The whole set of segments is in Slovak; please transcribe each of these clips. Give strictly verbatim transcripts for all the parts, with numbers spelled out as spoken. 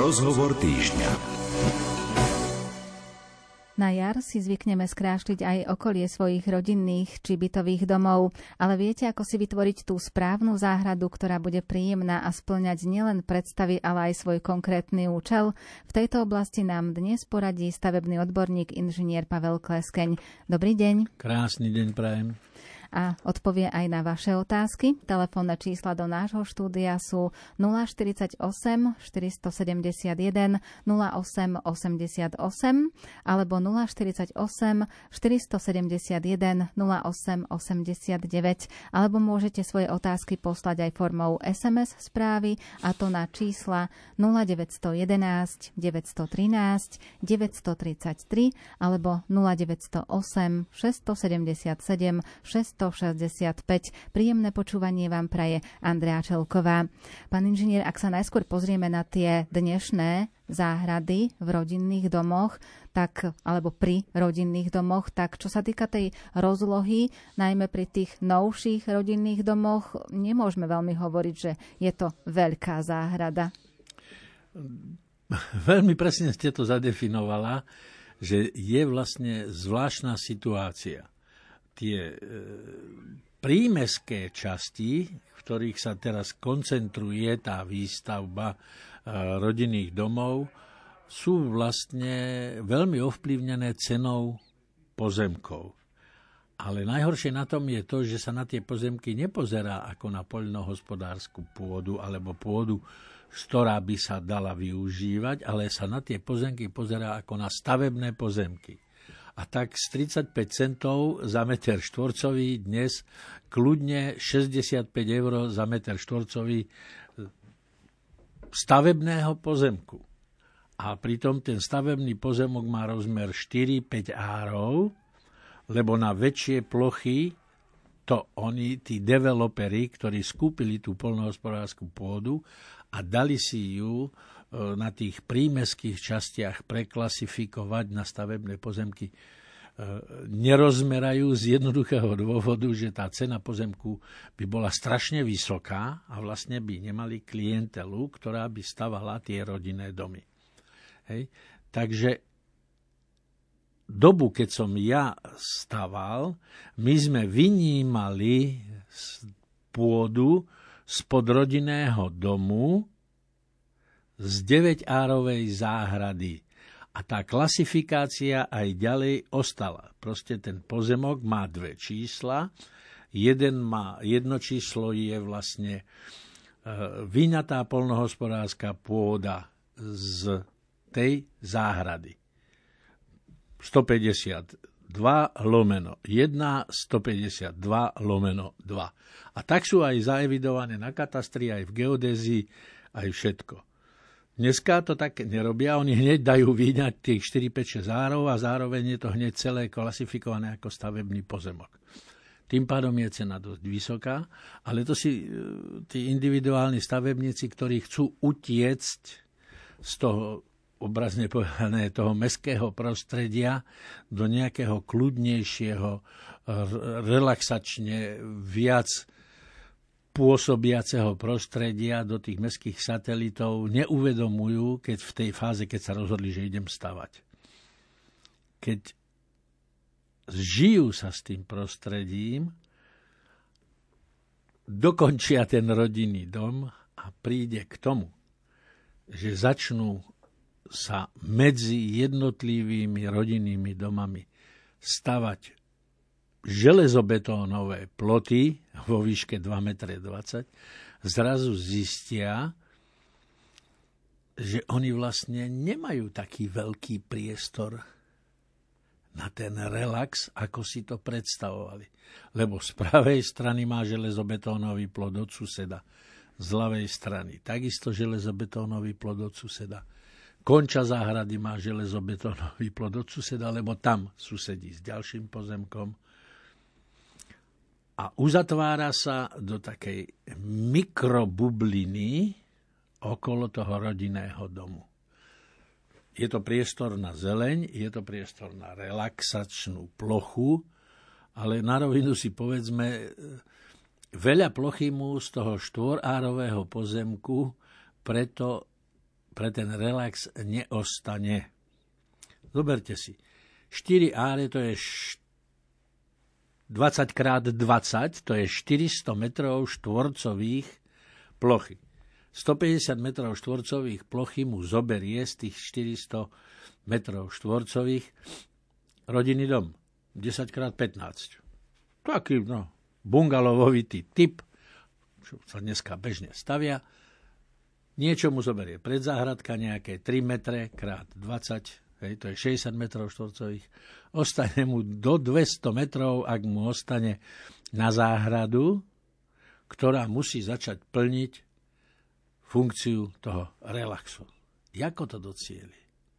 Rozhovor týždňa. Na jar si zvykneme skrášliť aj okolie svojich rodinných či bytových domov, ale viete, ako si vytvoriť tú správnu záhradu, ktorá bude príjemná a spĺňať nielen predstavy, ale aj svoj konkrétny účel? V tejto oblasti nám dnes poradí stavebný odborník inžinier Pavel Kleskeň. Dobrý deň. Krásny deň prajem. A odpovie aj na vaše otázky. Telefónne čísla do nášho štúdia sú nula štyridsaťosem štyristosedemdesiatjeden nula osem osemdesiatosem alebo nula štyridsaťosem štyristosedemdesiatjeden nula osem osemdesiatdeväť, alebo môžete svoje otázky poslať aj formou es em es správy, a to na čísla nula deväťstojedenásť deväťstotrinásť deväťstotridsaťtri alebo nula deväťstoosem šesťstosedemdesiatsedem šesťstošesťdesiatpäť. Príjemné počúvanie vám praje Andrea Čelková. Pán inžinier, ak sa najskôr pozrieme na tie dnešné záhrady v rodinných domoch, tak, alebo pri rodinných domoch, tak čo sa týka tej rozlohy, najmä pri tých novších rodinných domoch, nemôžeme veľmi hovoriť, že je to veľká záhrada. Veľmi presne ste to zadefinovala, že je vlastne zvláštna situácia. Tie e, prímestské časti, v ktorých sa teraz koncentruje tá výstavba e, rodinných domov, sú vlastne veľmi ovplyvnené cenou pozemkov. Ale najhoršie na tom je to, že sa na tie pozemky nepozerá ako na poľnohospodársku pôdu alebo pôdu, z ktorá by sa dala využívať, ale sa na tie pozemky pozerá ako na stavebné pozemky. A tak z tridsaťpäť centov za meter štvorcový dnes kľudne šesťdesiatpäť eur za meter štvorcový stavebného pozemku. A pritom ten stavebný pozemok má rozmer štyri päť árov, lebo na väčšie plochy to oni, tí developeri, ktorí skúpili tú poľnohospodárskú pôdu a dali si ju na tých prímestských častiach preklasifikovať na stavebné pozemky, nerozmerajú z jednoduchého dôvodu, že tá cena pozemku by bola strašne vysoká a vlastne by nemali klientelu, ktorá by stavala tie rodinné domy. Hej. Takže dobu, keď som ja staval, my sme vynímali pôdu spod rodinného domu z deväťárovej záhrady. A tá klasifikácia aj ďalej ostala. Proste ten pozemok má dve čísla. Jeden má, jedno číslo je vlastne e, vyňatá poľnohospodárska pôda z tej záhrady. stopäťdesiatdva lomeno jeden, stopäťdesiatdva lomeno dva. A tak sú aj zaevidované na katastri, aj v geodézii, aj všetko. Dneska to tak nerobia, oni hneď dajú vyňať tých štyri päť šesť árov a zároveň je to hneď celé klasifikované ako stavebný pozemok. Tým pádom je cena dosť vysoká, ale to si tí individuálni stavebníci, ktorí chcú utiecť z toho, obrazne povedané, toho mestského prostredia do nejakého kľudnejšieho, relaxačne viac pôsobiaceho prostredia do tých mestských satelitov, neuvedomujú, keď v tej fáze, keď sa rozhodli, že idem stavať. Keď žijú sa s tým prostredím, dokončia ten rodinný dom a príde k tomu, že začnú sa medzi jednotlivými rodinnými domami stavať železobetónové ploty vo výške dva metre dvadsať, zrazu zistia, že oni vlastne nemajú taký veľký priestor na ten relax, ako si to predstavovali. Lebo z pravej strany má železobetónový plot od suseda, z ľavej strany takisto železobetónový plot od suseda. Konča záhrady má železobetónový plot od suseda, lebo tam susedí s ďalším pozemkom. A uzatvára sa do takej mikrobubliny okolo toho rodinného domu. Je to priestor na zeleň, je to priestor na relaxačnú plochu, ale na rovinu si povedzme, veľa plochy mu z toho štvorárového pozemku preto pre ten relax neostane. Zoberte si, štyri áre to je dvadsať krát dvadsať, to je štyristo metrov štvorcových plochy. stopäťdesiat metrov štvorcových plochy mu zoberie z tých štyristo metrov štvorcových rodinný dom. desať krát pätnásť. Taký, no, bungalovovitý typ, čo sa dneska bežne stavia. Niečo mu zoberie predzáhradka, nejaké tri metre krát dvadsať, hej, to je šesťdesiat metrov štvorcových. Ostane mu do dvesto metrov, ak mu ostane na záhradu, ktorá musí začať plniť funkciu toho relaxu. Ako to docieli?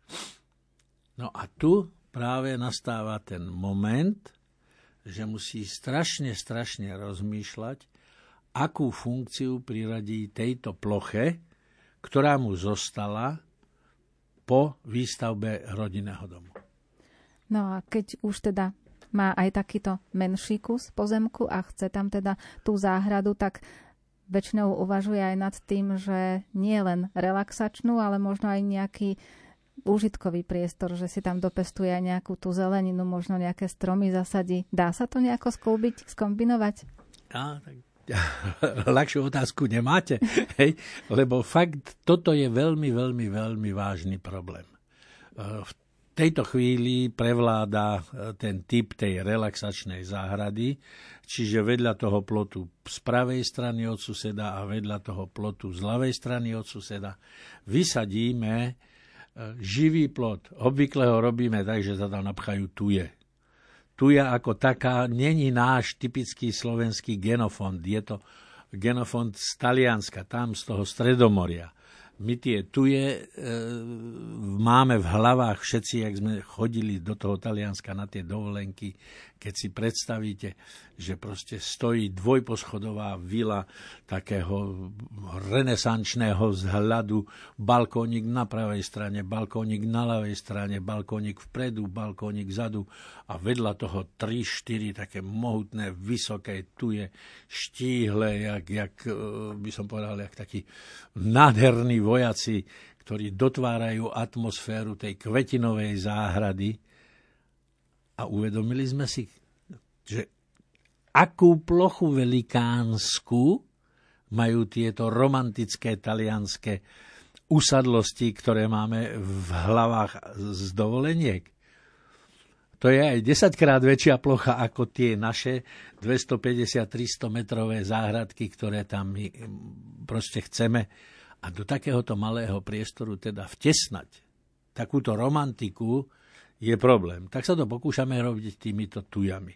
No a tu práve nastáva ten moment, že musí strašne, strašne rozmýšľať, akú funkciu priradí tejto ploche, ktorá mu zostala po výstavbe rodinného domu. No a keď už teda má aj takýto menší kus pozemku a chce tam teda tú záhradu, tak väčšinou uvažuje aj nad tým, že nie len relaxačnú, ale možno aj nejaký úžitkový priestor, že si tam dopestuje aj nejakú tú zeleninu, možno nejaké stromy zasadí. Dá sa to nejako sklbiť, skombinovať? Á, tak ľahšiu otázku nemáte, hej? Lebo fakt toto je veľmi, veľmi, veľmi vážny problém. V tejto chvíli prevláda ten typ tej relaxačnej záhrady, čiže vedľa toho plotu z pravej strany od suseda a vedľa toho plotu z ľavej strany od suseda vysadíme živý plot. Obvykle ho robíme tak, že sa tam napchajú tuje. Tuja ako taká není náš typický slovenský genofond. Je to genofond z Talianska, tam z toho Stredomoria. My tie tuje e, máme v hlavách všetci, jak sme chodili do toho Talianska na tie dovolenky, keď si predstavíte, že proste stojí dvojposchodová vila takého renesančného vzhľadu, balkónik na pravej strane, balkónik na ľavej strane, balkónik vpredu, balkónik vzadu a vedľa toho tri štyri také mohutné, vysoké tuje, štíhle, jak, jak by som povedal, jak taký nádherný vojaci, ktorí dotvárajú atmosféru tej kvetinovej záhrady. A uvedomili sme si, že akú plochu velikánsku majú tieto romantické talianské usadlosti, ktoré máme v hlavách z dovoleniek. To je aj desaťkrát väčšia plocha ako tie naše dvestopäťdesiat až tristo metrové záhradky, ktoré tam my proste chceme. A do takéhoto malého priestoru teda vtesnať takúto romantiku je problém. Tak sa to pokúšame robiť týmito tujami.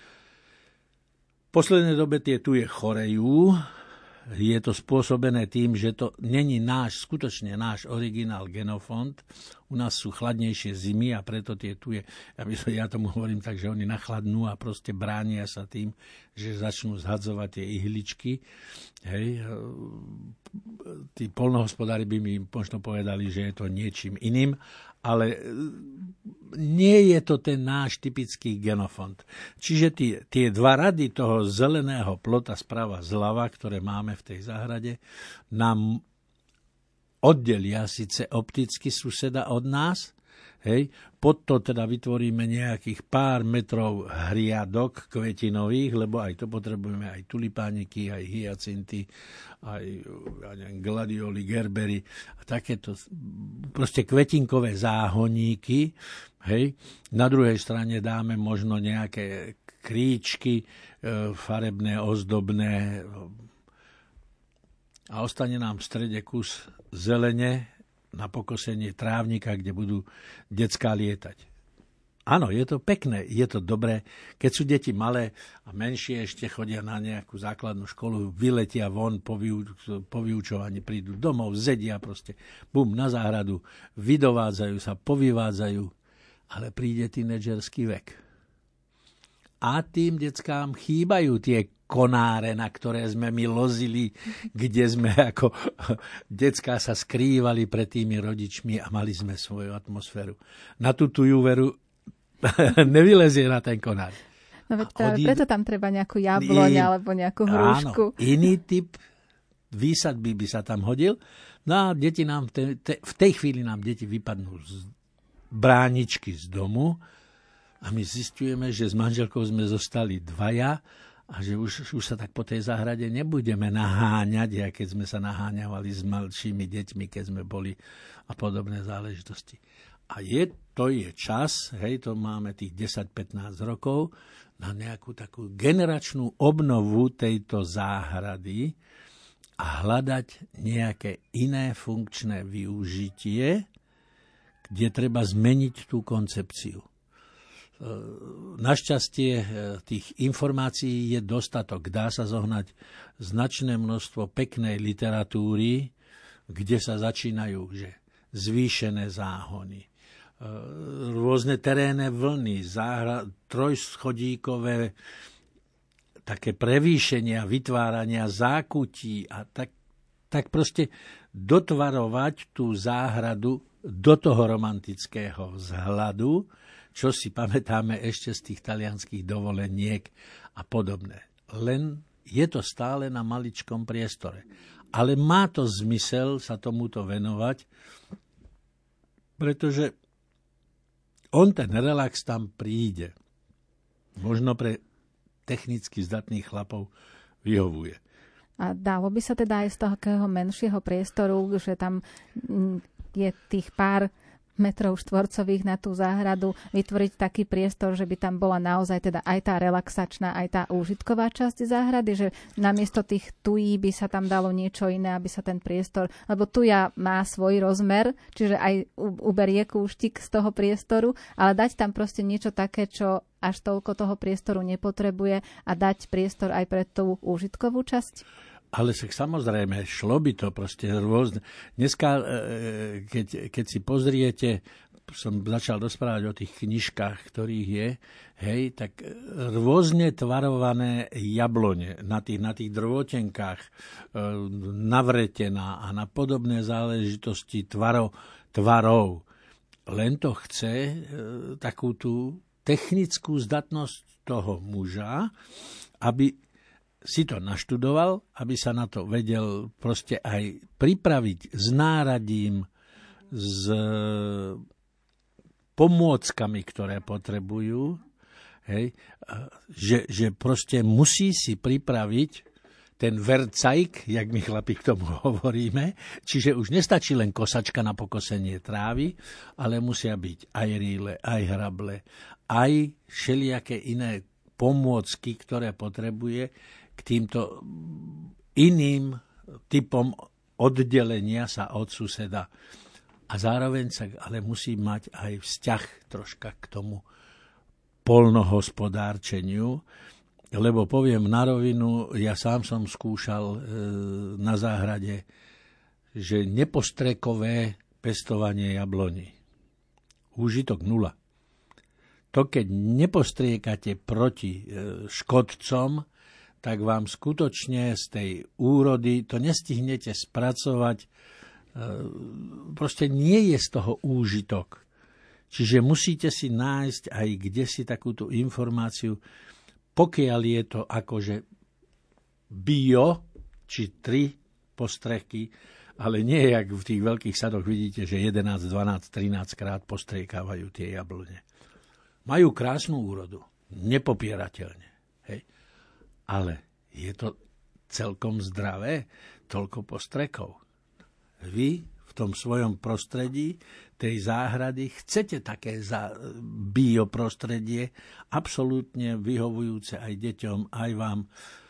V poslednej dobe tie tuje chorejú. Je to spôsobené tým, že to není náš, skutočne náš originál genofond. U nás sú chladnejšie zimy a preto tie tuje, ja, by som, ja tomu hovorím tak, že oni nachladnú a proste bránia sa tým, že začnú zhadzovať tie ihličky. Hej. Tí poľnohospodári by mi možno povedali, že je to niečím iným, ale nie je to ten náš typický genofond. Čiže tie, tie dva rady toho zeleného plota sprava zľava, ktoré máme v tej záhrade, nám oddelia síce opticky suseda od nás, hej, pod to teda vytvoríme nejakých pár metrov hriadok kvetinových, lebo aj to potrebujeme, aj tulipániky, aj hyacinty, aj ja neviem, gladioli, gerbery a takéto proste kvetinkové záhoníky, hej. Na druhej strane dáme možno nejaké kríčky e, farebné, ozdobné a ostane nám v strede kus zelene na pokosenie trávnika, kde budú decká lietať. Áno, je to pekné, je to dobré. Keď sú deti malé a menšie ešte chodia na nejakú základnú školu, vyletia von po, vyuč- po vyučovaní, prídu domov, zedia proste, bum, na záhradu, vydovádzajú sa, povyvádzajú, ale príde tínedžerský vek. A tým deckám chýbajú tie konáre, na ktoré sme my lozili, kde sme ako decká sa skrývali pred tými rodičmi a mali sme svoju atmosféru. Na tú tujú veru nevylezie na ten konár. No veď práve odíde... preto tam treba nejakú jabloň I... alebo nejakú hrušku. Áno, iný typ výsadby by sa tam hodil. No a deti nám v tej, te, v tej chvíli nám deti vypadnú z bráničky z domu a my zistujeme, že s manželkou sme zostali dvaja a že už, už sa tak po tej záhrade nebudeme naháňať, ja keď sme sa naháňavali s malšími deťmi, keď sme boli a podobné záležitosti. A je, to je čas, hej, to máme tých desať pätnásť rokov, na nejakú takú generačnú obnovu tejto záhrady a hľadať nejaké iné funkčné využitie, kde treba zmeniť tú koncepciu. Našťastie tých informácií je dostatok. Dá sa zohnať značné množstvo peknej literatúry, kde sa začínajú že zvýšené záhony, rôzne terénne vlny, záhra, trojschodíkové také prevýšenia, vytvárania zákutí a tak, tak proste dotvarovať tú záhradu do toho romantického vzhľadu, čo si pamätáme ešte z tých talianských dovoleniek a podobné. Len je to stále na maličkom priestore. Ale má to zmysel sa tomuto venovať, pretože on ten relax tam príde. Možno pre technicky zdatných chlapov vyhovuje. A dalo by sa teda aj z takého menšieho priestoru, že tam je tých pár metrov štvorcových na tú záhradu, vytvoriť taký priestor, že by tam bola naozaj teda aj tá relaxačná, aj tá úžitková časť záhrady, že namiesto tých tují by sa tam dalo niečo iné, aby sa ten priestor, lebo tuja má svoj rozmer, čiže aj uberie kúštik z toho priestoru, ale dať tam proste niečo také, čo až toľko toho priestoru nepotrebuje a dať priestor aj pre tú úžitkovú časť? Ale však samozrejme, šlo by to proste rôzne. Dneska, keď, keď si pozriete, som začal rozprávať o tých knižkách, ktorých je, hej, tak rôzne tvarované jablone na tých, na tých drôtenkách, na vretená a na podobné záležitosti tvaro, tvarov. Len to chce takú tú technickú zdatnosť toho muža, aby si to naštudoval, aby sa na to vedel proste aj pripraviť s náradím, s pomôckami, ktoré potrebujú, hej, že, že proste musí si pripraviť ten vercajk, jak my chlapi k tomu hovoríme, čiže už nestačí len kosačka na pokosenie trávy, ale musia byť aj rýle, aj hrable, aj všelijaké iné pomôcky, ktoré potrebuje k týmto iným typom oddelenia sa od suseda. A zároveň sa ale musí mať aj vzťah troška k tomu poľnohospodárčeniu, lebo poviem na rovinu, ja sám som skúšal e, na záhrade, že nepostrekové pestovanie jabloní. Úžitok nula. To, keď nepostriekate proti e, škodcom, tak vám skutočne z tej úrody to nestihnete spracovať. Proste nie je z toho úžitok. Čiže musíte si nájsť aj kde si takúto informáciu, pokiaľ je to akože bio, či tri postreky, ale nie jak v tých veľkých sadoch vidíte, že jedenásť, dvanásť, trinásť krát postriekávajú tie jablone. Majú krásnu úrodu, nepopierateľne. Hej. Ale je to celkom zdravé, toľko postrekov. Vy v tom svojom prostredí tej záhrady chcete také bioprostredie, absolútne vyhovujúce aj deťom, aj vám.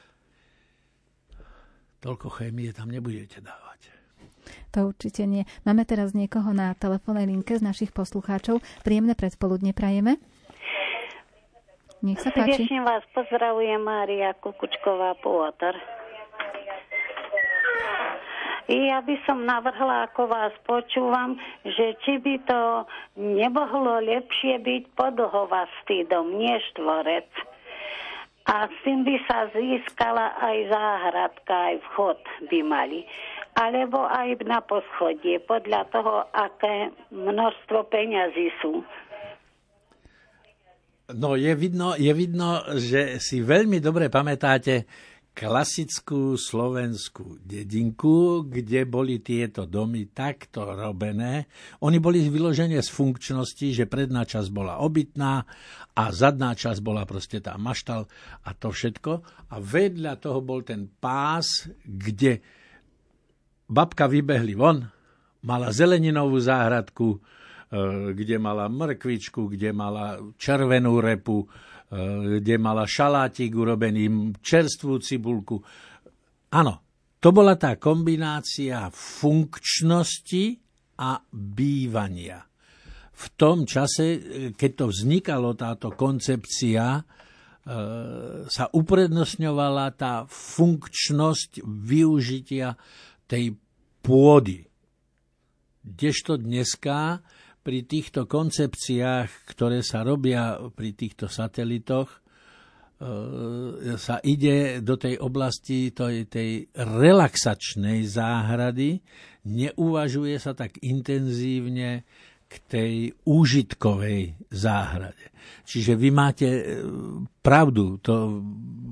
Toľko chémie tam nebudete dávať. To určite nie. Máme teraz niekoho na telefónnej linke z našich poslucháčov. Príjemné predpoludne prajeme. Nech sa páči. Srdečne vás pozdravujem, Mária Kukučková, Pôtor. Ja by som navrhla, ako vás počúvam, že či by to nemohlo lepšie byť podlhovastý dom, nie štvorec. A s tým by sa získala aj záhradka, aj vchod by mali. Alebo aj na poschodie, podľa toho, aké množstvo peňazí sú. No je vidno, je vidno, že si veľmi dobre pamätáte, klasickú slovenskú dedinku, kde boli tieto domy takto robené. Oni boli vyložené z funkčnosti, že predná časť bola obytná a zadná časť bola proste tá maštal a to všetko. A vedľa toho bol ten pás, kde babka vybehli von, mala zeleninovú záhradku, kde mala mrkvičku, kde mala červenú repu, kde mala šalátik urobený, čerstvú cibulku. Áno, to bola tá kombinácia funkčnosti a bývania. V tom čase, keď to vznikalo, táto koncepcia, sa uprednostňovala tá funkčnosť využitia tej pôdy. Kdežto dneska pri týchto koncepciách, ktoré sa robia pri týchto satelitoch, e, sa ide do tej oblasti tej, tej relaxačnej záhrady, neuvažuje sa tak intenzívne k tej úžitkovej záhrade. Čiže vy máte pravdu, to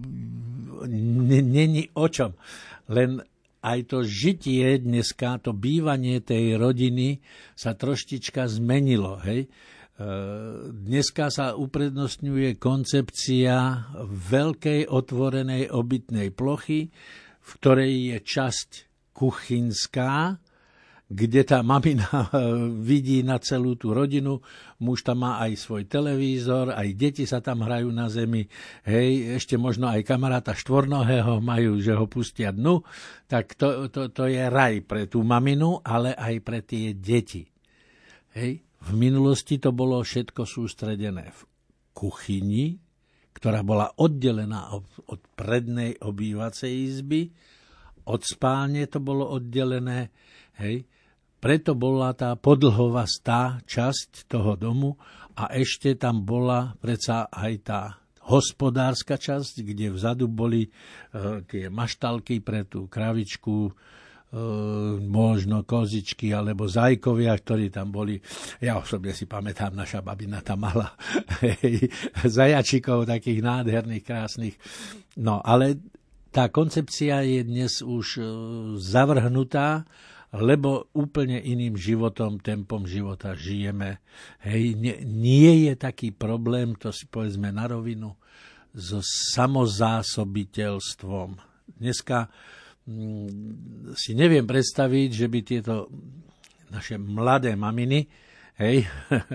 není o čom, len aj to žitie dneska, to bývanie tej rodiny sa troštička zmenilo. Hej? Dneska sa uprednostňuje koncepcia veľkej otvorenej obytnej plochy, v ktorej je časť kuchynská, kde tá mamina vidí na celú tú rodinu, muž tam má aj svoj televízor, aj deti sa tam hrajú na zemi, hej, ešte možno aj kamaráta štvornohého majú, že ho pustia dnu, tak to, to, to je raj pre tú maminu, ale aj pre tie deti. Hej. V minulosti to bolo všetko sústredené v kuchyni, ktorá bola oddelená od, od prednej obývacej izby, od spálne to bolo oddelené, hej. Preto bola tá podlhovastá časť toho domu a ešte tam bola predsa aj tá hospodárska časť, kde vzadu boli e, tie maštalky pre tú kravičku, e, možno kozičky alebo zajkovia, ktorí tam boli. Ja osobne si pamätám, naša babina tam mala hej, zajačikov takých nádherných, krásnych. No, ale tá koncepcia je dnes už e, zavrhnutá, lebo úplne iným životom, tempom života žijeme. Hej, nie, nie je taký problém, to si povedzme na rovinu, so samozásobiteľstvom. Dneska hm, si neviem predstaviť, že by tieto naše mladé maminy, hej,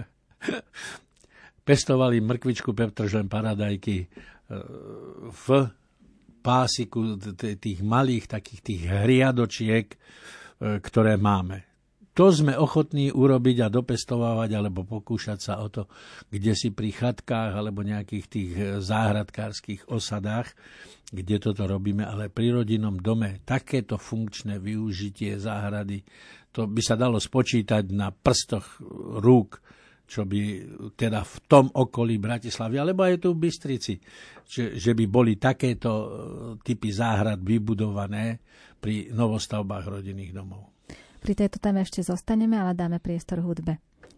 pestovali mrkvičku, petržlen, paradajky v pásiku tých malých takých tých hriadočiek, ktoré máme. To sme ochotní urobiť a dopestovávať alebo pokúšať sa o to, kde si pri chatkách alebo nejakých tých záhradkárskych osadách, kde toto robíme, ale pri rodinnom dome takéto funkčné využitie záhrady, to by sa dalo spočítať na prstoch rúk, čo by teda v tom okolí Bratislavy, alebo aj tu v Bystrici, že, že by boli takéto typy záhrad vybudované pri novostavbách rodinných domov. Pri tejto téme ešte zostaneme, ale dáme priestor hudbe.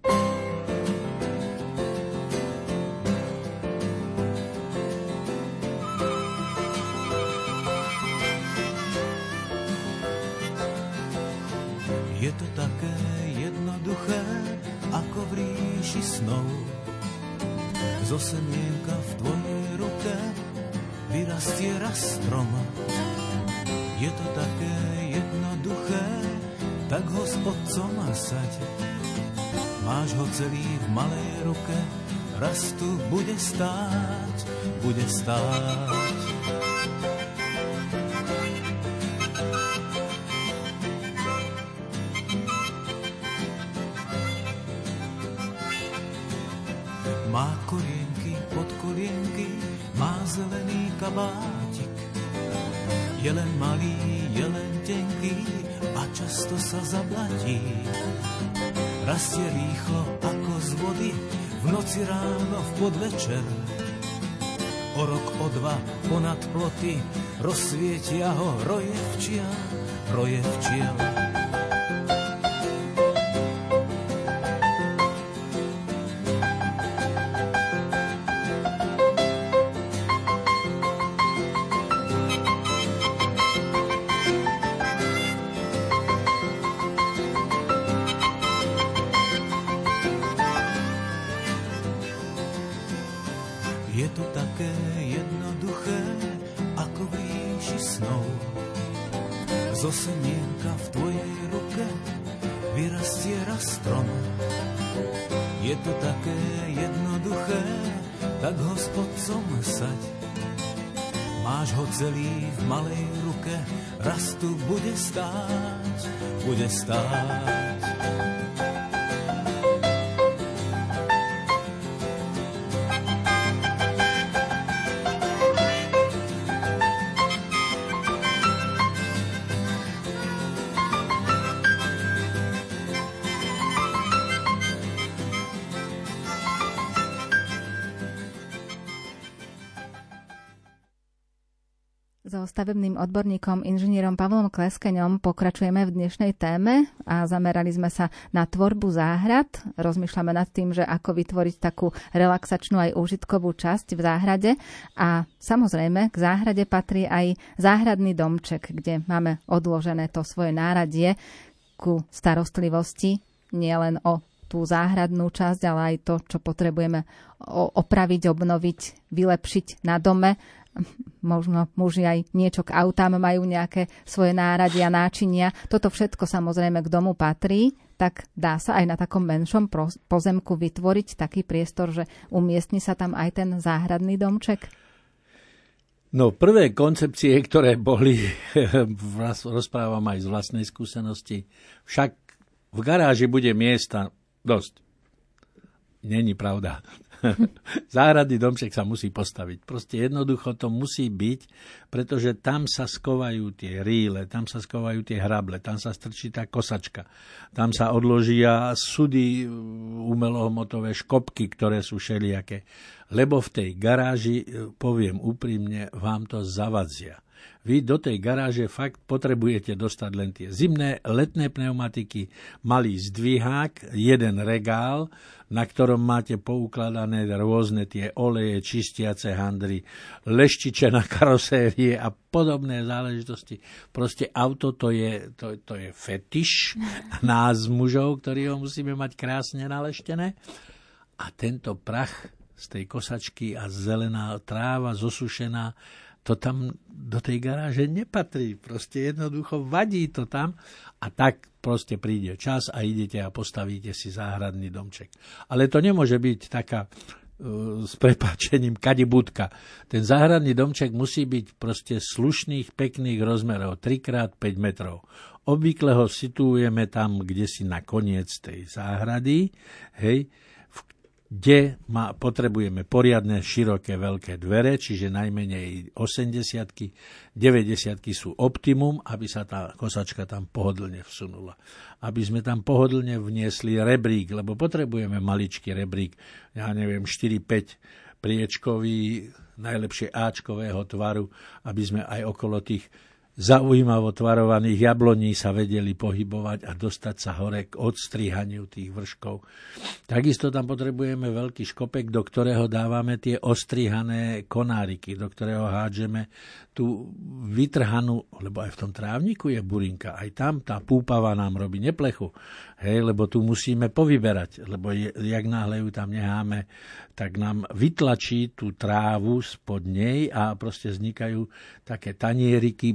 Je to také jednoduché, ako v ríši snov. Zo semienka v tvojej ruke vyrastie raz strom. Je to také jednoduché, tak ho s otcom saď. Máš ho celý v malej ruke, raz tu bude stáť, bude stáť. Má korienky, podkolienky, má zelený kabátik. Je len malý, je len tenký a často sa zablatí. Rastie rýchlo ako z vody, v noci ráno, v podvečer. O rok, o dva, ponad ploty, rozsvietia ho roje včiel, roje včiel. a strom. Je to také jednoduché, tak ho s otcom saď. Máš ho celý v malej ruke, raz tu bude stáť, bude stáť. So stavebným odborníkom inžinierom Pavlom Kleskeňom pokračujeme v dnešnej téme a zamerali sme sa na tvorbu záhrad. Rozmýšľame nad tým, že ako vytvoriť takú relaxačnú aj úžitkovú časť v záhrade. A samozrejme k záhrade patrí aj záhradný domček, kde máme odložené to svoje náradie ku starostlivosti, nielen o tú záhradnú časť, ale aj to, čo potrebujeme opraviť, obnoviť, vylepšiť na dome. Možno muži aj niečo k autám majú nejaké svoje náradia, náčinia. Toto všetko samozrejme k domu patrí, tak dá sa aj na takom menšom pozemku vytvoriť taký priestor, že umiestni sa tam aj ten záhradný domček? No, prvé koncepcie, ktoré boli, rozprávam aj z vlastnej skúsenosti, však v garáži bude miesta dosť. Není pravda. Záhradný domček sa musí postaviť. Proste jednoducho to musí byť, pretože tam sa skovajú tie rýle, tam sa skovajú tie hrable, tam sa strčí tá kosačka, tam sa odložia sudy umelohmotové, škopky, ktoré sú všelijaké. Lebo v tej garáži, poviem úprimne, vám to zavadzia. Vy do tej garáže fakt potrebujete dostať len tie zimné, letné pneumatiky, malý zdvihák, jeden regál, na ktorom máte poukladané rôzne tie oleje, čistiace handry, leštiče na karosérie a podobné záležitosti. Proste auto to je, to, to je fetiš nás mužov, ktorí ho musíme mať krásne naleštené. A tento prach z tej kosačky a zelená tráva zosušená, to tam do tej garáže nepatrí. Proste jednoducho vadí to tam a tak proste príde čas a idete a postavíte si záhradný domček. Ale to nemôže byť taká uh, s prepáčením kadibudka. Ten záhradný domček musí byť proste slušných, pekných rozmerov, tri krát päť metrov. Obvykle ho situujeme tam, kde si na koniec tej záhrady, hej, kde má, potrebujeme poriadne, široké, veľké dvere, čiže najmenej osemdesiatky, deväťdesiatky sú optimum, aby sa tá kosačka tam pohodlne vsunula. Aby sme tam pohodlne vniesli rebrík, lebo potrebujeme maličký rebrík, ja neviem, štyri päť priečkový, najlepšie áčkového tvaru, aby sme aj okolo tých zaujímavo tvarovaných jabloní sa vedeli pohybovať a dostať sa hore k odstrihaniu tých vrškov. Takisto tam potrebujeme veľký škopek, do ktorého dávame tie ostrihané konáriky, do ktorého hádžeme tú vytrhanú, lebo aj v tom trávniku je burinka, aj tam tá púpava nám robí neplechu, hej, lebo tu musíme povyberať, lebo je, jak náhle ju tam necháme, tak nám vytlačí tú trávu spod nej a proste vznikajú také tanieriky.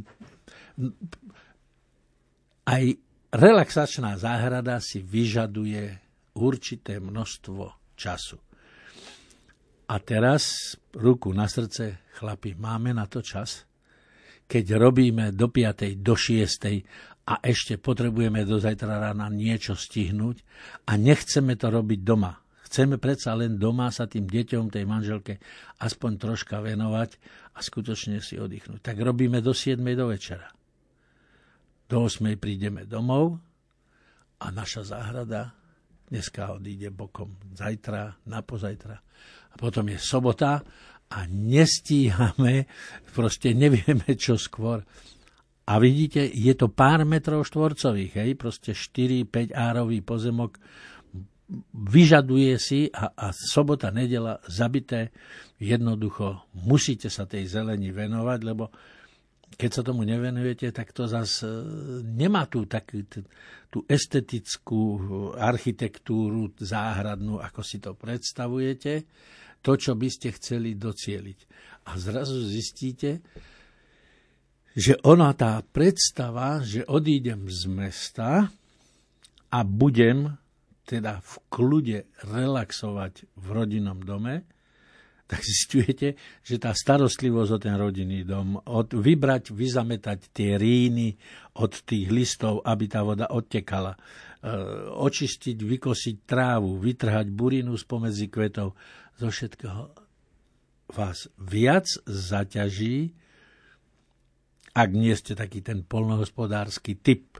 Aj relaxačná záhrada si vyžaduje určité množstvo času. A teraz ruku na srdce, chlapi, máme na to čas? Keď robíme do piatej, do šiestej a ešte potrebujeme do zajtra rána niečo stihnúť a nechceme to robiť doma. Chceme predsa len doma sa tým deťom, tej manželke aspoň troška venovať a skutočne si oddychnúť. Tak robíme do siedmej do večera. Do ôsmej prídeme domov a naša záhrada dneska odíde bokom zajtra, napozajtra. A potom je sobota a nestíhame, proste nevieme čo skôr. A vidíte, je to pár metrov štvorcových, hej, proste štyri päť árový pozemok vyžaduje si a, a sobota, nedeľa zabité, jednoducho musíte sa tej zeleni venovať, lebo keď sa tomu nevenujete, tak to zase nemá tú, takú, tú estetickú architektúru záhradnú, ako si to predstavujete, to, čo by ste chceli docieliť. A zrazu zistíte, že ona tá predstava, že odídem z mesta a budem teda v kľude relaxovať v rodinnom dome, tak zistujete, že tá starostlivosť o ten rodinný dom, od vybrať, vyzametať tie ríny od tých listov, aby tá voda odtekala, e, očistiť, vykosiť trávu, vytrhať burinu spomedzi kvetov, zo všetkého vás viac zaťaží, ak nie ste taký ten poľnohospodársky typ.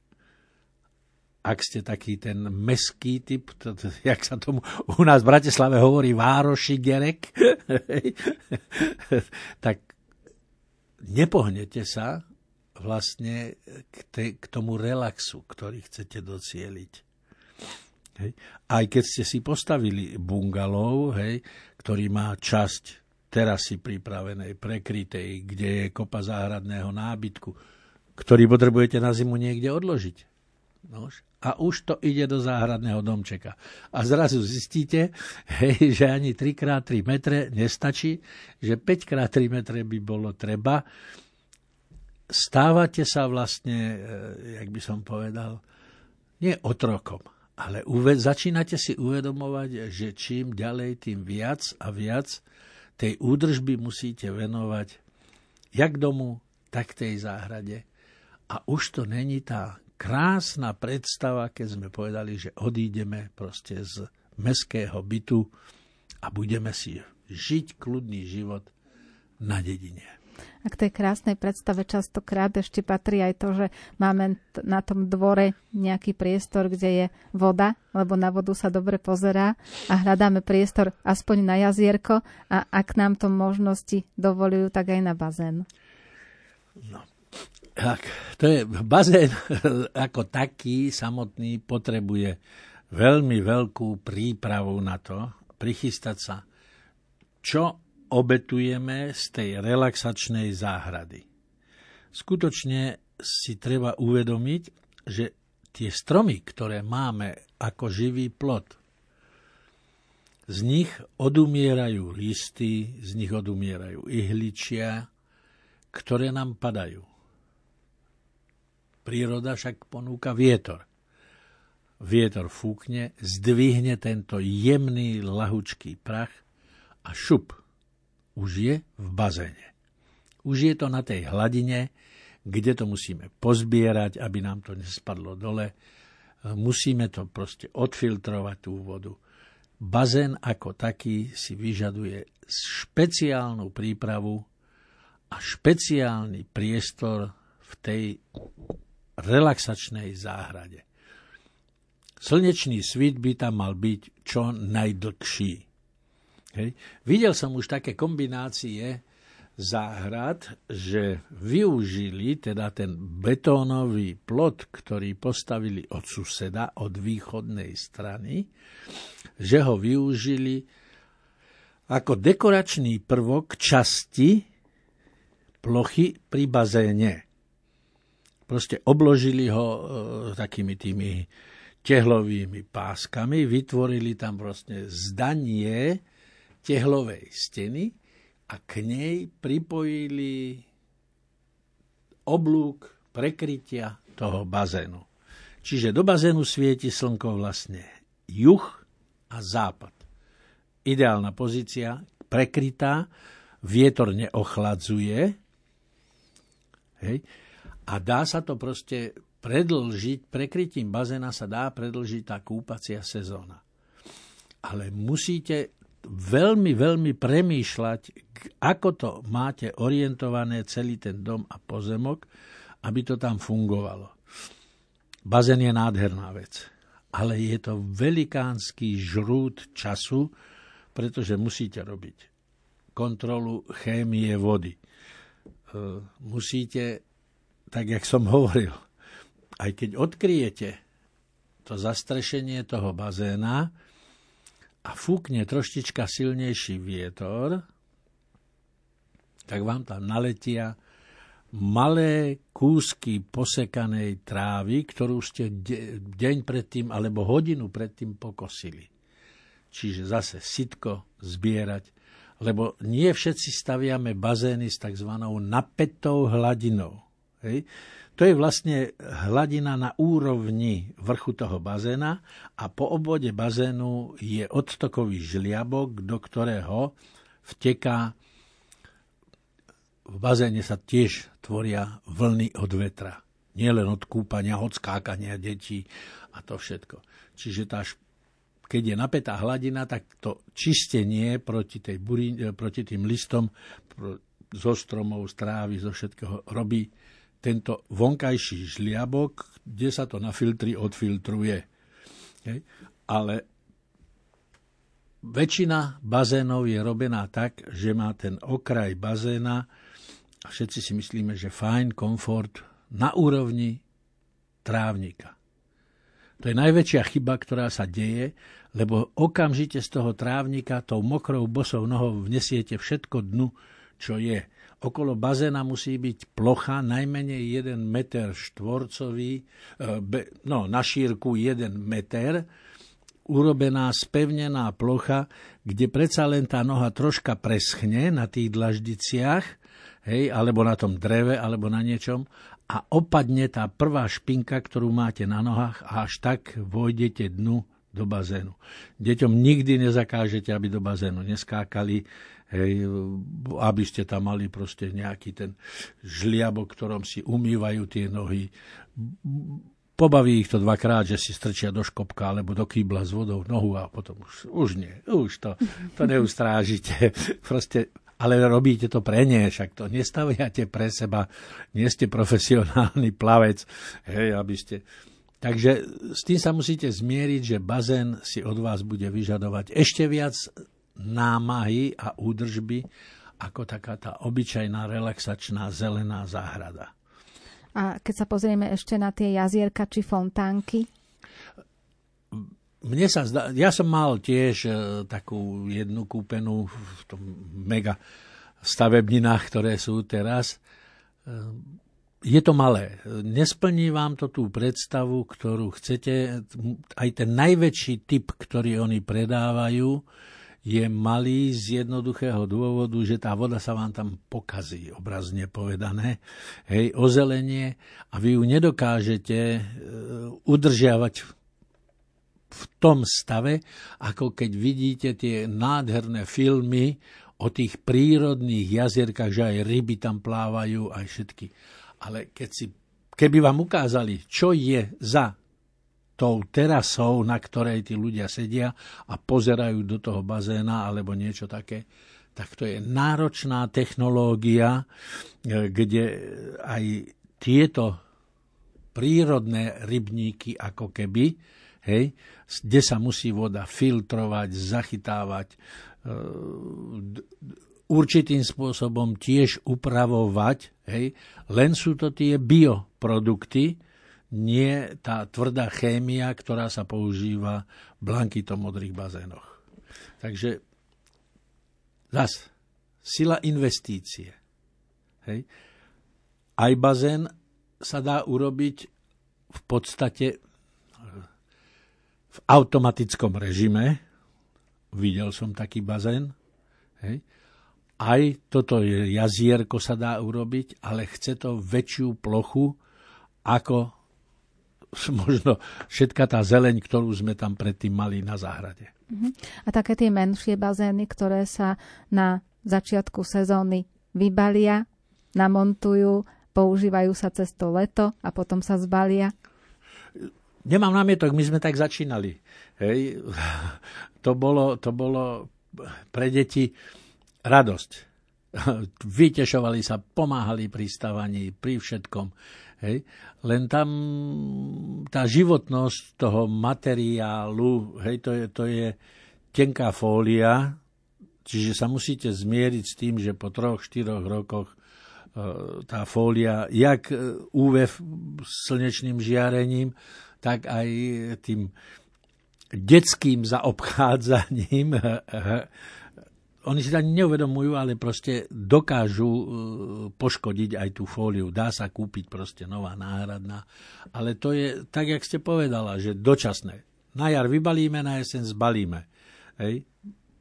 Ak ste taký ten meský typ, to, to, jak sa tomu u nás v Bratislave hovorí várošigerek, tak nepohnete sa vlastne k, te, k tomu relaxu, ktorý chcete docieliť. Hej. Aj keď ste si postavili bungalov, hej, ktorý má časť terasy pripravenej, prekrytej, kde je kopa záhradného nábytku, ktorý potrebujete na zimu niekde odložiť. Nož. A už to ide do záhradného domčeka. A zrazu zistíte, hej, že ani tri krát tri metre nestačí, že päť krát tri metre by bolo treba. Stávate sa vlastne, jak by som povedal, nie otrokom, ale uve- začínate si uvedomovať, že čím ďalej, tým viac a viac tej údržby musíte venovať jak domu, tak tej záhrade. A už to není tá krásna predstava, keď sme povedali, že odídeme proste z mestského bytu a budeme si žiť kľudný život na dedine. A k tej krásnej predstave častokrát ešte patrí aj to, že máme na tom dvore nejaký priestor, kde je voda, lebo na vodu sa dobre pozerá a hľadáme priestor aspoň na jazierko a ak nám to možnosti dovolujú, tak aj na bazén. No. Tak, to je bazén ako taký samotný potrebuje veľmi veľkú prípravu na to, prichystať sa, čo obetujeme z tej relaxačnej záhrady. Skutočne si treba uvedomiť, že tie stromy, ktoré máme ako živý plod, z nich odumierajú listy, z nich odumierajú ihličia, ktoré nám padajú. Príroda však ponúka vietor. Vietor fúkne, zdvihne tento jemný, lahučký prach a šup. Už je v bazéne. Už je to na tej hladine, kde to musíme pozbierať, aby nám to nespadlo dole. Musíme to proste odfiltrovať tú vodu. Bazén ako taký si vyžaduje špeciálnu prípravu a špeciálny priestor v tej relaxačnej záhrade. Slnečný svit by tam mal byť čo najdlhší. Hej. Videl som už také kombinácie záhrad, že využili teda ten betónový plot, ktorý postavili od suseda, od východnej strany, že ho využili ako dekoračný prvok časti plochy pri bazéne. Proste obložili ho e, takými tými tehlovými páskami, vytvorili tam proste zdanie tehlovej steny a k nej pripojili oblúk prekrytia toho bazénu. Čiže do bazénu svieti slnko vlastne juh a západ. Ideálna pozícia, prekrytá, vietor neochladzuje, hej, a dá sa to proste predĺžiť, prekrytím bazéna sa dá predĺžiť tá kúpacia sezóna. Ale musíte veľmi, veľmi premýšľať, ako to máte orientované celý ten dom a pozemok, aby to tam fungovalo. Bazén je nádherná vec, ale je to velikánsky žrút času, pretože musíte robiť kontrolu chémie vody. Musíte, tak jak som hovoril, aj keď odkryjete to zastrešenie toho bazéna a fúkne troštička silnejší vietor, tak vám tam naletia malé kúsky posekanej trávy, ktorú ste de- deň predtým alebo hodinu predtým pokosili. Čiže zase sitko zbierať, lebo nie všetci staviame bazény s tzv. Napätou hladinou. Hej. to je vlastne hladina na úrovni vrchu toho bazéna a po obvode bazénu je odtokový žliabok, do ktorého vteká. V bazéne sa tiež tvoria vlny od vetra. Nie len od kúpania, od skákania detí a to všetko. Čiže tá, keď je napätá hladina, tak to čistenie proti, tej buri, proti tým listom zo stromov, z trávy, zo všetkého robí tento vonkajší žliabok, kde sa to na filtri odfiltruje. Hej. Ale väčšina bazénov je robená tak, že má ten okraj bazéna, a všetci si myslíme, že fajn, komfort, na úrovni trávnika. To je najväčšia chyba, ktorá sa deje, lebo okamžite z toho trávnika tou mokrou bosou nohou vnesiete všetko dnu, čo je. Okolo bazéna musí byť plocha, najmenej jeden meter štvorcový, no na šírku jeden meter, urobená spevnená plocha, kde predsa len tá noha troška preschne na tých dlaždiciach, hej, alebo na tom dreve, alebo na niečom, a opadne tá prvá špinka, ktorú máte na nohách, a až tak vojdete dnu do bazénu. Deťom nikdy nezakážete, aby do bazénu neskákali, hej, aby ste tam mali proste nejaký ten žliabok, ktorom si umývajú tie nohy. Pobaví ich to dvakrát, že si strčia do škopka alebo do kýbla s vodou nohu a potom už, už nie, už to, to neustrážite. Proste, ale robíte to pre nie, však to nestaviate pre seba, nie ste profesionálny plavec, hej, aby ste... Takže s tým sa musíte zmieriť, že bazén si od vás bude vyžadovať ešte viac námahy a údržby ako taká tá obyčajná relaxačná zelená záhrada. A keď sa pozrieme ešte na tie jazierka či fontánky? Mne sa zdá, ja som mal tiež e, takú jednu kúpenú v tom mega stavebninách, ktoré sú teraz. E, je to malé. Nesplní vám to tú predstavu, ktorú chcete. Aj ten najväčší typ, ktorý oni predávajú, je malý z jednoduchého dôvodu, že tá voda sa vám tam pokazí, obrazne povedané. Hej, ozelenie, a vy ju nedokážete e, udržiavať v tom stave, ako keď vidíte tie nádherné filmy o tých prírodných jazierkách, že aj ryby tam plávajú, aj všetky. Ale keď si, keby vám ukázali, čo je za tou terasou, na ktorej tí ľudia sedia a pozerajú do toho bazéna alebo niečo také, tak to je náročná technológia, kde aj tieto prírodné rybníky ako keby, hej, kde sa musí voda filtrovať, zachytávať, e, určitým spôsobom tiež upravovať, hej, len sú to tie bioprodukty, nie tá tvrdá chémia, ktorá sa používa v blankitomodrých bazénoch. Takže zas, sila investície. Hej. Aj bazén sa dá urobiť v podstate v automatickom režime. Videl som taký bazén. Hej. Aj toto jazierko sa dá urobiť, ale chce to väčšiu plochu ako možno všetka tá zeleň, ktorú sme tam predtým mali na záhrade. Uh-huh. A také tie menšie bazény, ktoré sa na začiatku sezóny vybalia, namontujú, používajú sa cez to leto a potom sa zbalia? Nemám námietok, my sme tak začínali. Hej. To bolo, to bolo pre deti radosť. Vytešovali sa, pomáhali pri stavaní, pri všetkom. Hej. Len tam tá životnosť toho materiálu, hej, to je, to je tenká fólia, čiže sa musíte zmieriť s tým, že po troch, štyroch rokoch tá fólia, jak ú vé slnečným žiarením, tak aj tým detským zaobchádzaním, oni si to neuvedomujú, ale proste dokážu poškodiť aj tú fóliu. Dá sa kúpiť proste nová náhradná. Ale to je, tak jak ste povedala, že dočasné. Na jar vybalíme, na jeseň zbalíme. Hej.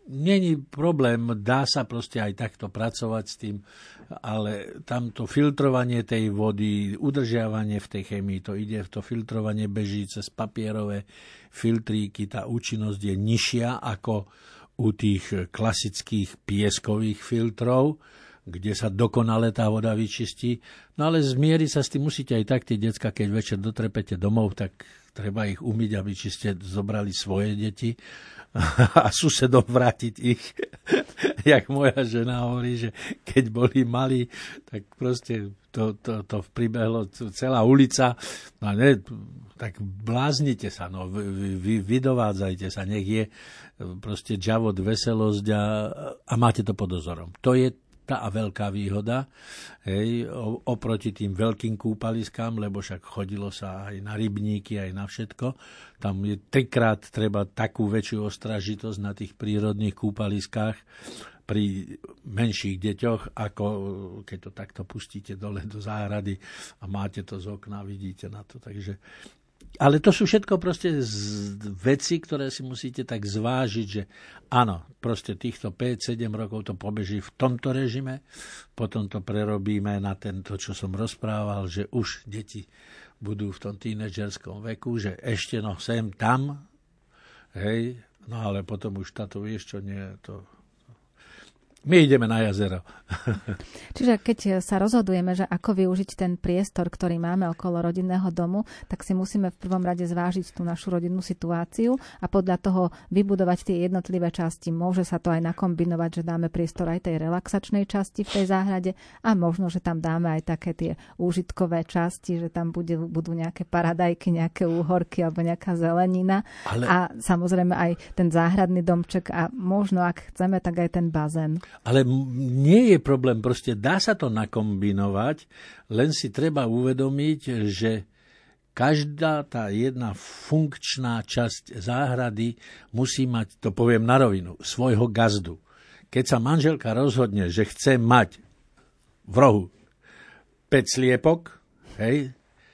není problém, dá sa proste aj takto pracovať s tým, ale tamto filtrovanie tej vody, udržiavanie v tej chemii, to ide, to filtrovanie beží cez papierové filtríky, tá účinnosť je nižšia ako u tých klasických pieskových filtrov, kde sa dokonale tá voda vyčistí. No ale zmieriť sa s tým musíte aj tak, tie decka, keď večer dotrepete domov, tak treba ich umyť, aby či ste zobrali svoje deti a susedom vrátiť ich. Jak moja žena hovorí, že keď boli malí, tak proste to, to, to pribehlo celá ulica. No ne, tak bláznite sa, no, vy, vy, vydovádzajte sa, nech je proste džavot, veselosť a, a máte to pod dozorom. To je tá veľká výhoda, hej, oproti tým veľkým kúpaliskám, lebo však chodilo sa aj na rybníky, aj na všetko. Tam je trikrát treba takú väčšiu ostražitosť na tých prírodných kúpaliskách pri menších deťoch, ako keď to takto pustíte dole do záhrady a máte to z okna, vidíte na to. Takže ale to sú všetko proste veci, ktoré si musíte tak zvážiť, že áno, proste týchto päť sedem rokov to pobeží v tomto režime, potom to prerobíme na tento, čo som rozprával, že už deti budú v tom tínedžerskom veku, že ešte no sem tam, hej, no ale potom už táto, vieš čo, nie, to... My ideme na jazero. Čiže keď sa rozhodujeme, že ako využiť ten priestor, ktorý máme okolo rodinného domu, tak si musíme v prvom rade zvážiť tú našu rodinnú situáciu a podľa toho vybudovať tie jednotlivé časti. Môže sa to aj nakombinovať, že dáme priestor aj tej relaxačnej časti v tej záhrade a možno, že tam dáme aj také tie úžitkové časti, že tam bude, budú nejaké paradajky, nejaké úhorky alebo nejaká zelenina. Ale... A samozrejme aj ten záhradný domček a možno, ak chceme, tak aj ten bazén. Ale nie je problém, proste dá sa to nakombinovať, len si treba uvedomiť, že každá tá jedna funkčná časť záhrady musí mať, to poviem na rovinu, svojho gazdu. Keď sa manželka rozhodne, že chce mať v rohu päť sliepok, hej,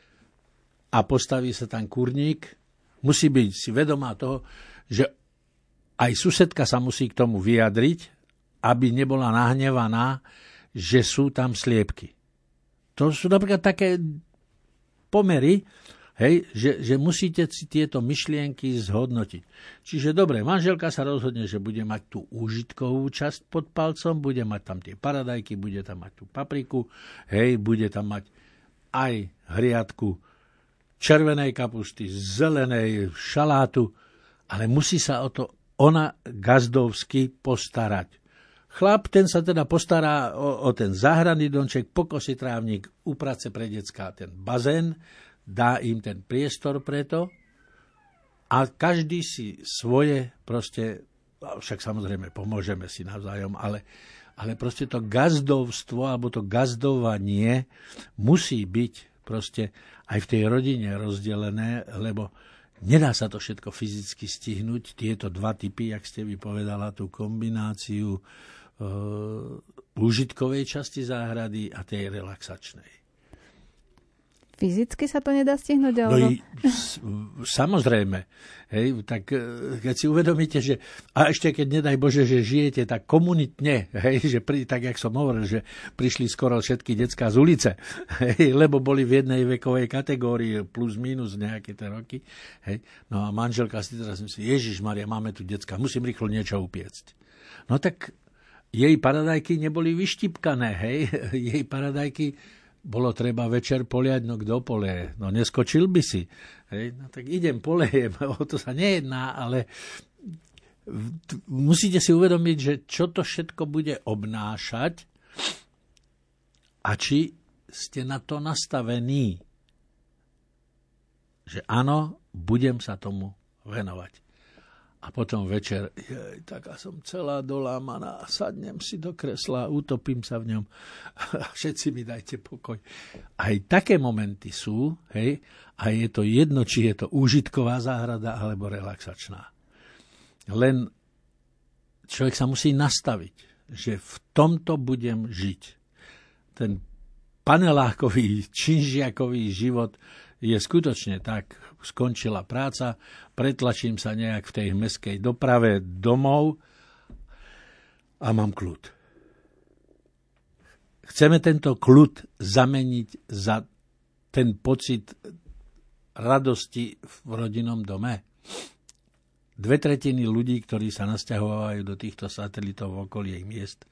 a postaví sa tam kurník, musí byť si vedomá toho, že aj susedka sa musí k tomu vyjadriť, aby nebola nahnevaná, že sú tam sliepky. To sú napríklad také pomery, hej, že, že musíte si tieto myšlienky zhodnotiť. Čiže dobre, manželka sa rozhodne, že bude mať tú úžitkovú časť pod palcom, bude mať tam tie paradajky, bude tam mať tú papriku, hej, bude tam mať aj hriadku červenej kapusty, zelenej, šalátu, ale musí sa o to ona gazdovsky postarať. Chlap, ten sa teda postará o, o ten záhradný domček, pokosí trávnik, uprace pre decká ten bazén, dá im ten priestor preto a každý si svoje proste, však samozrejme pomôžeme si navzájom, ale, ale proste to gazdovstvo alebo to gazdovanie musí byť proste aj v tej rodine rozdelené, lebo nedá sa to všetko fyzicky stihnúť, tieto dva typy, jak ste vypovedala, tú kombináciu úžitkovej časti záhrady a tej relaxačnej. Fyzicky sa to nedá stihnúť? Ale... No, samozrejme. Hej, tak keď si uvedomíte, že a ešte keď nedaj Bože, že žijete tak komunitne, hej, že pri, tak jak som hovoril, že prišli skoro všetky decká z ulice, hej, lebo boli v jednej vekovej kategórii plus minus nejaké tie roky. Hej. No a manželka si teraz myslí, Ježišmaria, máme tu decká, musím rýchlo niečo upiecť. No tak jej paradajky neboli vyštipkané, hej. Jej paradajky bolo treba večer poliať, no kto poleje? No neskočil by si. Hej. No tak idem, polejem, o to sa nejedná, ale musíte si uvedomiť, že čo to všetko bude obnášať a či ste na to nastavení. Že áno, budem sa tomu venovať. A potom večer, jej, taká som celá dolámaná, sadnem si do kresla, utopím sa v ňom a všetci mi dajte pokoj. Aj také momenty sú, hej, a je to jedno, či je to úžitková záhrada alebo relaxačná. Len človek sa musí nastaviť, že v tomto budem žiť. Ten panelákový, činžiakový život je skutočne tak, skončila práca, pretlačím sa nejak v tej mestskej doprave domov a mám kľud. Chceme tento kľud zameniť za ten pocit radosti v rodinnom dome. Dve tretiny ľudí, ktorí sa nasťahovajú do týchto satelitov v okolí miest,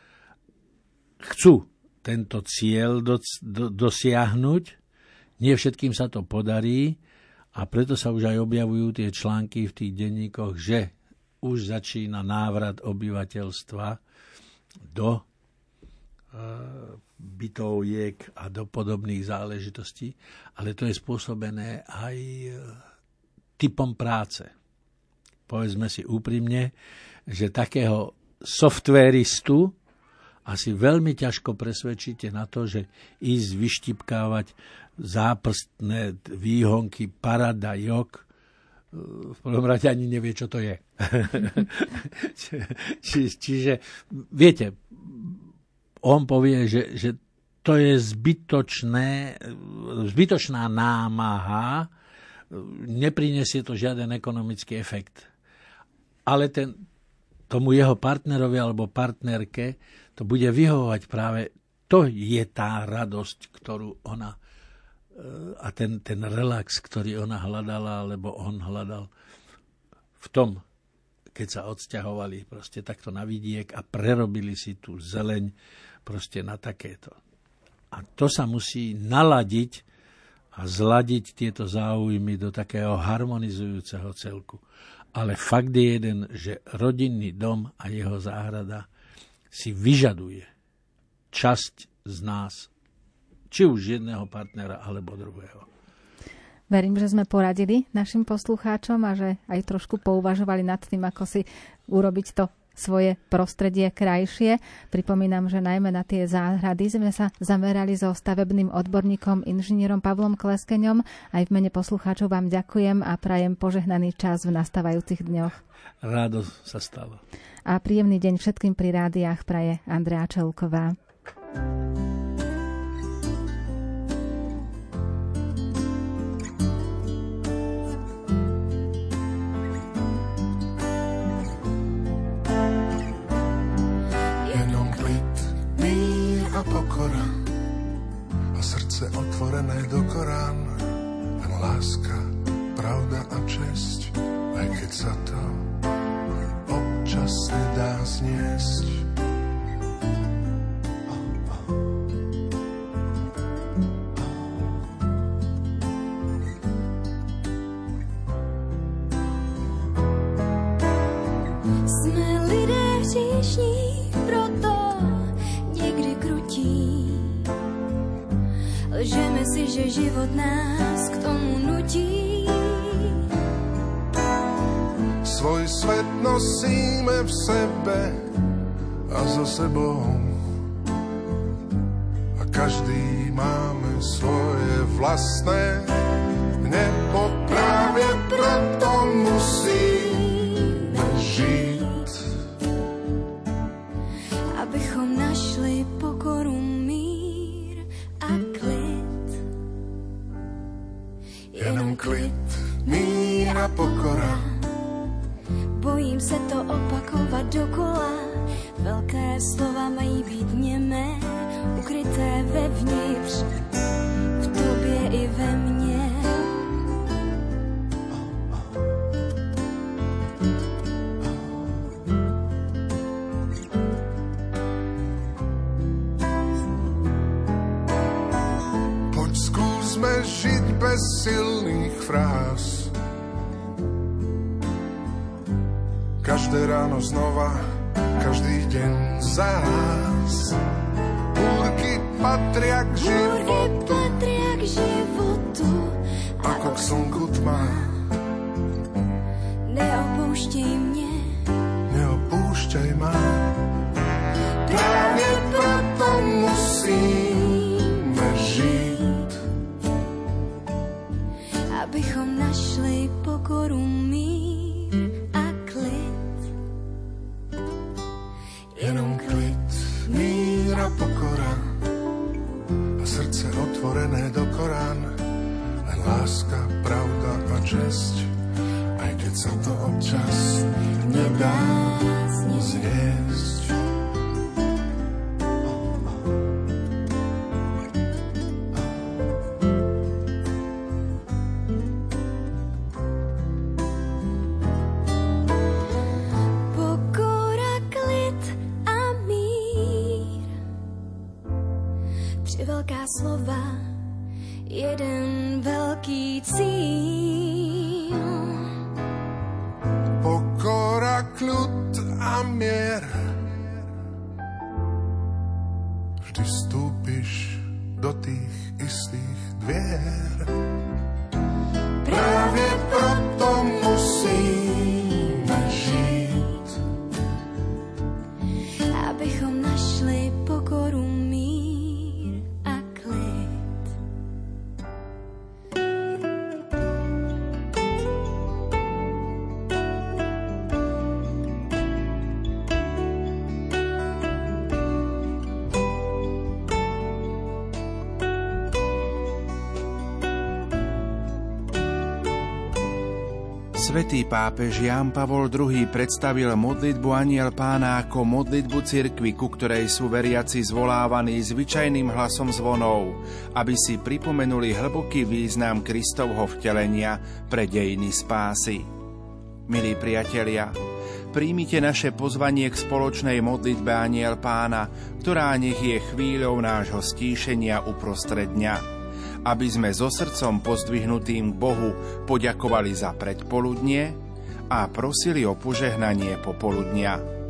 chcú tento cieľ do, do, dosiahnuť. Nie všetkým sa to podarí a preto sa už aj objavujú tie články v tých denníkoch, že už začína návrat obyvateľstva do e, bytoviek a do podobných záležitostí, ale to je spôsobené aj e, typom práce. Povedzme si úprimne, že takého softvéristu asi veľmi ťažko presvedčíte na to, že ísť vyštipkávať záprstné výhonky parada jok, v prvom rade ani nevie, čo to je. Či, čiže, viete, on povie, že, že to je zbytočné, zbytočná námaha, neprinesie to žiaden ekonomický efekt. Ale ten, tomu jeho partnerovi alebo partnerke to bude vyhovovať práve. To je tá radosť, ktorú ona a ten, ten relax, ktorý ona hľadala, alebo on hľadal v tom, keď sa odsťahovali proste takto na vidiek a prerobili si tú zeleň proste na takéto. A to sa musí naladiť a zladiť tieto záujmy do takého harmonizujúceho celku. Ale fakt je jeden, že rodinný dom a jeho záhrada si vyžaduje časť z nás, či už jedného partnera, alebo druhého. Verím, že sme poradili našim poslucháčom a že aj trošku pouvažovali nad tým, ako si urobiť to svoje prostredie krajšie. Pripomínam, že najmä na tie záhrady sme sa zamerali so stavebným odborníkom, inžinierom Pavlom Kleskeňom. Aj v mene poslucháčov vám ďakujem a prajem požehnaný čas v nastávajúcich dňoch. Rádo sa stalo. A príjemný deň všetkým pri rádiách praje Andrea Čelková. A pokora a srdce otvorené do Korán, len láska, pravda a česť, aj keď sa to občas nedá zniesť. Sme lidé vříšní, proto někdy krutí. Lžeme si, že život nás k tomu nutí. Svoj svet nosíme v sebe a so sebou. A každý máme svoje vlastné nebo, právě proto musíme žít. Abychom našli pokoru, mír a klid. Jenom klid, mír a pokora. Bojím se to opakovat dokola. Velké slova mají být němé, ukryté vevnitř, v tobě i ve mně. Poď skúsme žiť bez silných fráz. Každé ráno znova, každý deň zás. Búrky patria k životu, patria k životu, ako k slnku tma. Neopouštěj mě, Neopúšťaj ma. Právě proto musíme žít, abychom našli pokoru, mír a klid. jenom klid, mír a pokora. A srdce otvorené do Korán, len láska, pravda a česť, aj keď sa to občas nedá zniesť. slova, jeden veľký cíl. Pokora, kľud a mier. Vždy vstúpiš do tých istých dvier. Práve proto musíme žiť, abychom našli pokoru, mír a klid. Svätý pápež Ján Pavol druhý. predstavil modlitbu Anjel Pána ako modlitbu cirkvi, ku ktorej sú veriaci zvolávaní zvyčajným hlasom zvonov, aby si pripomenuli hlboký význam Kristovho vtelenia pre dejiny spásy. Milí priatelia, príjmite naše pozvanie k spoločnej modlitbe Anjel Pána, ktorá nech je chvíľou nášho stíšenia uprostred dňa, aby sme so srdcom pozdvihnutým k Bohu poďakovali za predpoludnie a prosili o požehnanie popoludnia.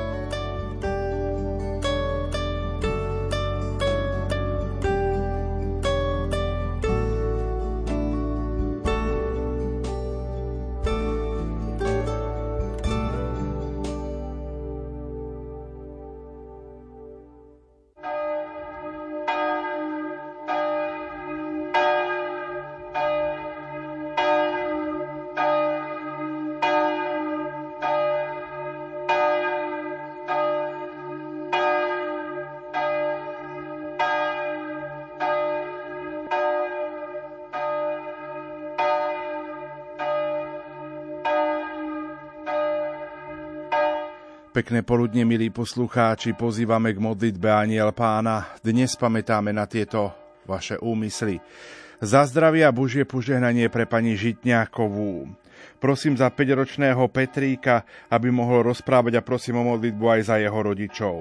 Pekné poludne, milí poslucháči, pozývame k modlitbe Anjel Pána. Dnes pamätáme na tieto vaše úmysly. Za zdravie a Božie požehnanie pre pani Žitňákovú. Prosím za päťročného Petríka, aby mohol rozprávať, a prosím o modlitbu aj za jeho rodičov.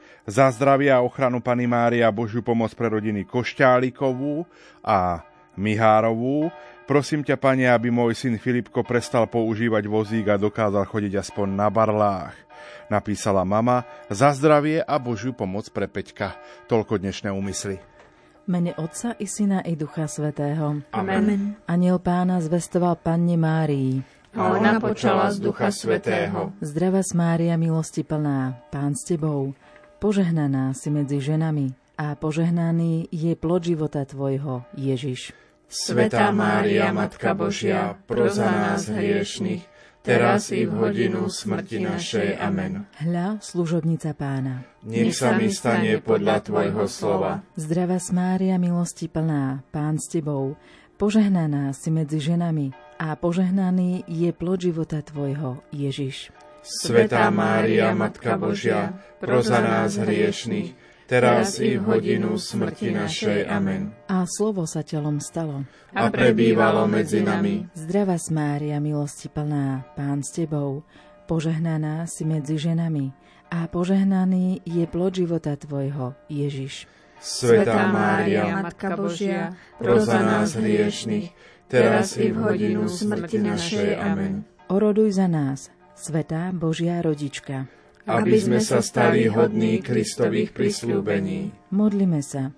Za zdravie a ochranu pani Mária a Božiu pomoc pre rodiny Košťálikovú a Mihárovú. Prosím ťa, Pane, aby môj syn Filipko prestal používať vozík a dokázal chodiť aspoň na barlách. Napísala mama. Za zdravie a Božiu pomoc pre Peťka. Toľko dnešné úmysly. Mene Otca i Syna i Ducha Svätého. Amen. Anjel Pána zvestoval Panne Márii. A ona počala z Ducha Svätého. Zdravás Mária, milosti plná, Pán s tebou. Požehnaná si medzi ženami a požehnaný je plod života tvojho, Ježiš. Svätá Mária, Matka Božia, pros za nás hriešnych, teraz i v hodinu smrti našej. Amen. Hľa, služobnica Pána. Nech sa mi stane podľa tvojho slova. Zdravás Mária, milosti plná, Pán s tebou. Požehnaná si medzi ženami a požehnaný je plod života tvojho, Ježiš. Svätá Mária, Matka Božia, pros za nás hriešnych, teraz i v hodinu smrti našej. Amen. A slovo sa telom stalo a prebývalo medzi nami. Zdravás Mária, milosti plná, Pán s tebou. Požehnaná si medzi ženami a požehnaný je plod života tvojho, Ježiš. Svätá Mária, Matka Božia, pros za nás hriešnych, teraz i v hodinu smrti našej. Amen. Oroduj za nás, Svätá Božia rodička, aby sme sa stali hodní Kristových prisľúbení. Modlime sa.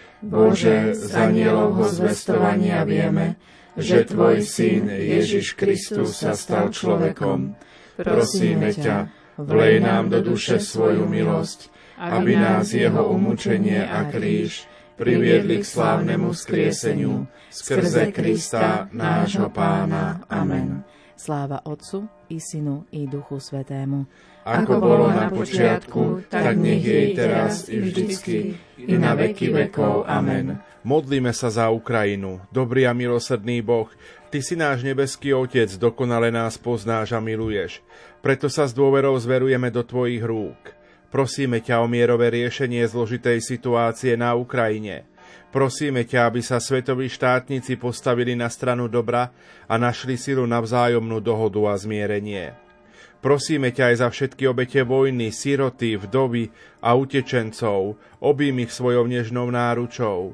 Bože, z anjelovho zvestovania vieme, že Tvoj Syn Ježiš Kristus sa stal človekom. Prosíme ťa, vlej nám do duše svoju milosť, aby nás jeho umúčenie a kríž priviedli k slávnemu vzkrieseniu skrze Krista, nášho Pána. Amen. Sláva Otcu i Synu i Duchu Svätému. Ako bolo na počiatku, tak nech je i teraz i vždycky, i na veky vekov. Amen. Modlíme sa za Ukrajinu. Dobrý a milosrdný Boh, Ty si náš nebeský Otec, dokonale nás poznáš a miluješ. Preto sa s dôverou zverujeme do Tvojich rúk. Prosíme ťa o mierové riešenie zložitej situácie na Ukrajine. Prosíme ťa, aby sa svetoví štátnici postavili na stranu dobra a našli silu na vzájomnú dohodu a zmierenie. Prosíme ťa aj za všetky obete vojny, siroty, vdovy a utečencov, obím ich svojou nežnou náručou.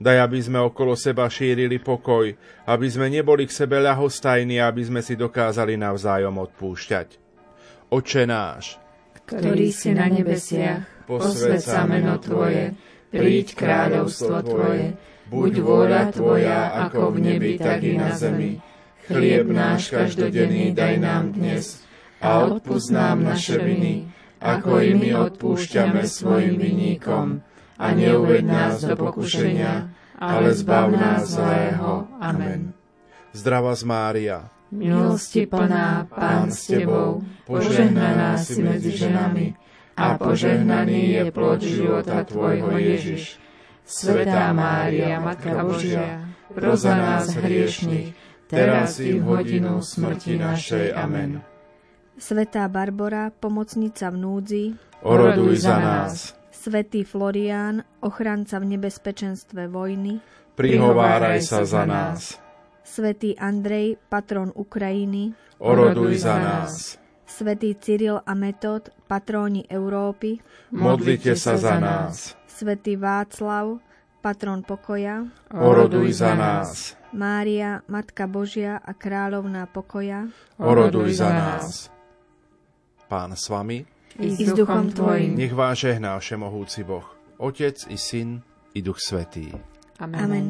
Daj, aby sme okolo seba šírili pokoj, aby sme neboli k sebe ľahostajní, aby sme si dokázali navzájom odpúšťať. Oče náš, ktorý si na nebesiach, posväť sa meno Tvoje, príď kráľovstvo Tvoje, buď vôľa Tvoja, ako v nebi, tak i na zemi. Chlieb náš každodenný daj nám dnes a odpusť nám naše viny, ako i my odpúšťame svojim vinníkom. A neuveď nás do pokušenia, ale zbav nás zlého. Amen. Zdravá Mária, milosti plná, Pán s Tebou, požehnaná si medzi ženami a požehnaný je plod života Tvojho Ježiš. Svätá Mária, Matka Božia, pros za nás hriešnych, teraz i v hodinu smrti našej. Amen. Svätá Barbora, pomocnica v núdzi, oroduj za nás. Svätý Florián, ochranca v nebezpečenstve vojny, prihováraj sa za nás. Svätý Andrej, patron Ukrajiny, oroduj za nás. Svätý Cyril a Metod, patróni Európy, modlite sa za nás. Svätý Václav, patron pokoja, oroduj za nás. Mária, Matka Božia a kráľovná pokoja, oroduj za nás. Pán s vami, i s duchom Tvojim. Nech vás žehná všemohúci Boh, Otec i Syn i Duch Svätý. Amen. Amen.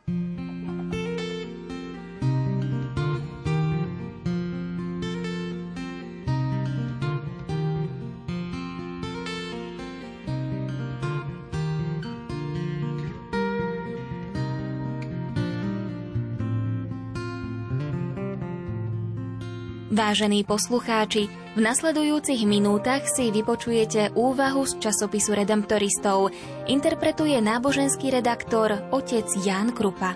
Vážení poslucháči, v nasledujúcich minútach si vypočujete úvahu z časopisu Redemptoristov. Interpretuje náboženský redaktor otec Ján Krupa.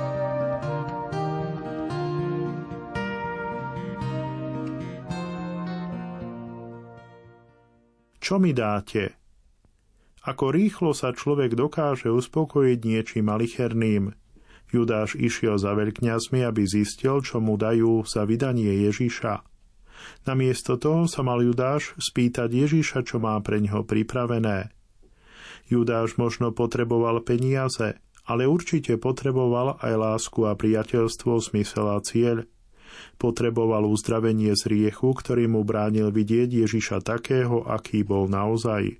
Čo mi dáte? Ako rýchlo sa človek dokáže uspokojiť niečím malicherným. Judáš išiel za veľkňazmi, aby zistil, čo mu dajú za vydanie Ježiša. Namiesto toho sa mal Judáš spýtať Ježiša, čo má pre ňoho pripravené. Judáš možno potreboval peniaze, ale určite potreboval aj lásku a priateľstvo, zmysel a cieľ. Potreboval uzdravenie z hriechu, ktorý mu bránil vidieť Ježiša takého, aký bol naozaj.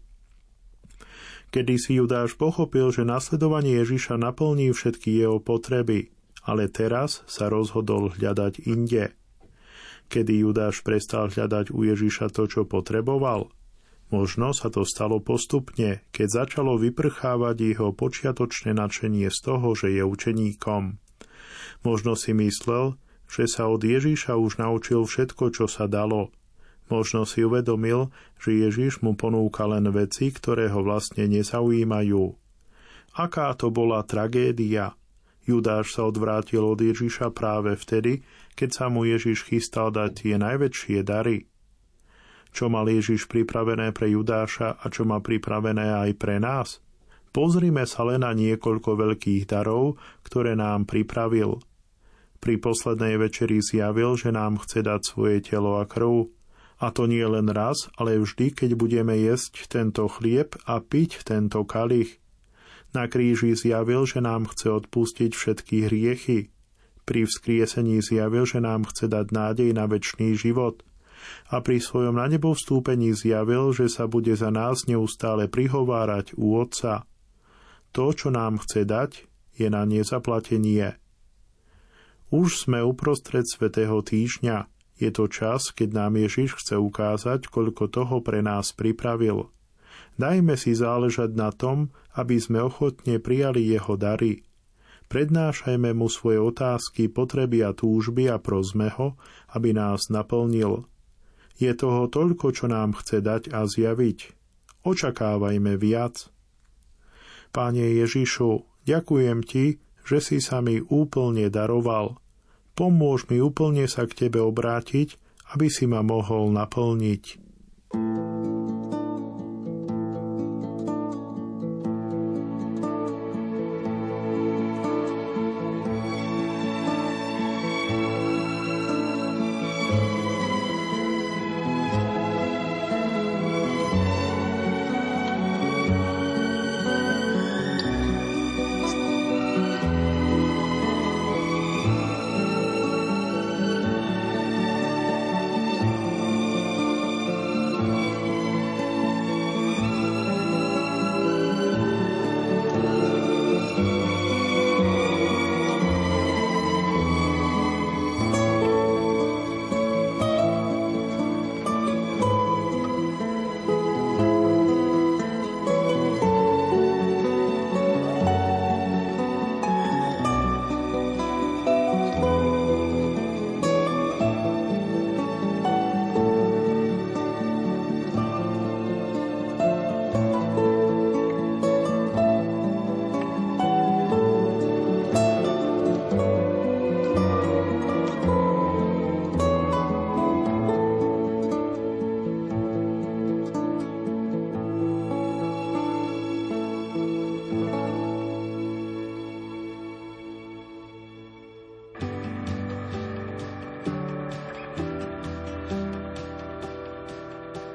Kedy si Judáš pochopil, že nasledovanie Ježiša naplní všetky jeho potreby, ale teraz sa rozhodol hľadať inde. Kedy Judáš prestal hľadať u Ježiša to, čo potreboval? Možno sa to stalo postupne, keď začalo vyprchávať jeho počiatočné nadšenie z toho, že je učeníkom. Možno si myslel, že sa od Ježiša už naučil všetko, čo sa dalo. Možno si uvedomil, že Ježiš mu ponúka len veci, ktoré ho vlastne nezaujímajú. Aká to bola tragédia? Judáš sa odvrátil od Ježiša práve vtedy, keď sa mu Ježiš chystal dať tie najväčšie dary. Čo mal Ježiš pripravené pre Judáša a čo má pripravené aj pre nás? Pozrime sa len na niekoľko veľkých darov, ktoré nám pripravil. Pri poslednej večeri zjavil, že nám chce dať svoje telo a krv. A to nie len raz, ale vždy, keď budeme jesť tento chlieb a piť tento kalich. Na kríži zjavil, že nám chce odpustiť všetky hriechy. Pri vzkriesení zjavil, že nám chce dať nádej na večný život. A pri svojom na nebo vstúpení zjavil, že sa bude za nás neustále prihovárať u Otca. To, čo nám chce dať, je na nezaplatenie. Už sme uprostred Svätého týždňa. Je to čas, keď nám Ježiš chce ukázať, koľko toho pre nás pripravil. Dajme si záležať na tom, aby sme ochotne prijali jeho dary. Prednášajme mu svoje otázky, potreby a túžby a prosme ho, aby nás naplnil. Je toho toľko, čo nám chce dať a zjaviť. Očakávajme viac. Páne Ježišu, ďakujem ti, že si sa mi úplne daroval. Pomôž mi úplne sa k tebe obrátiť, aby si ma mohol naplniť.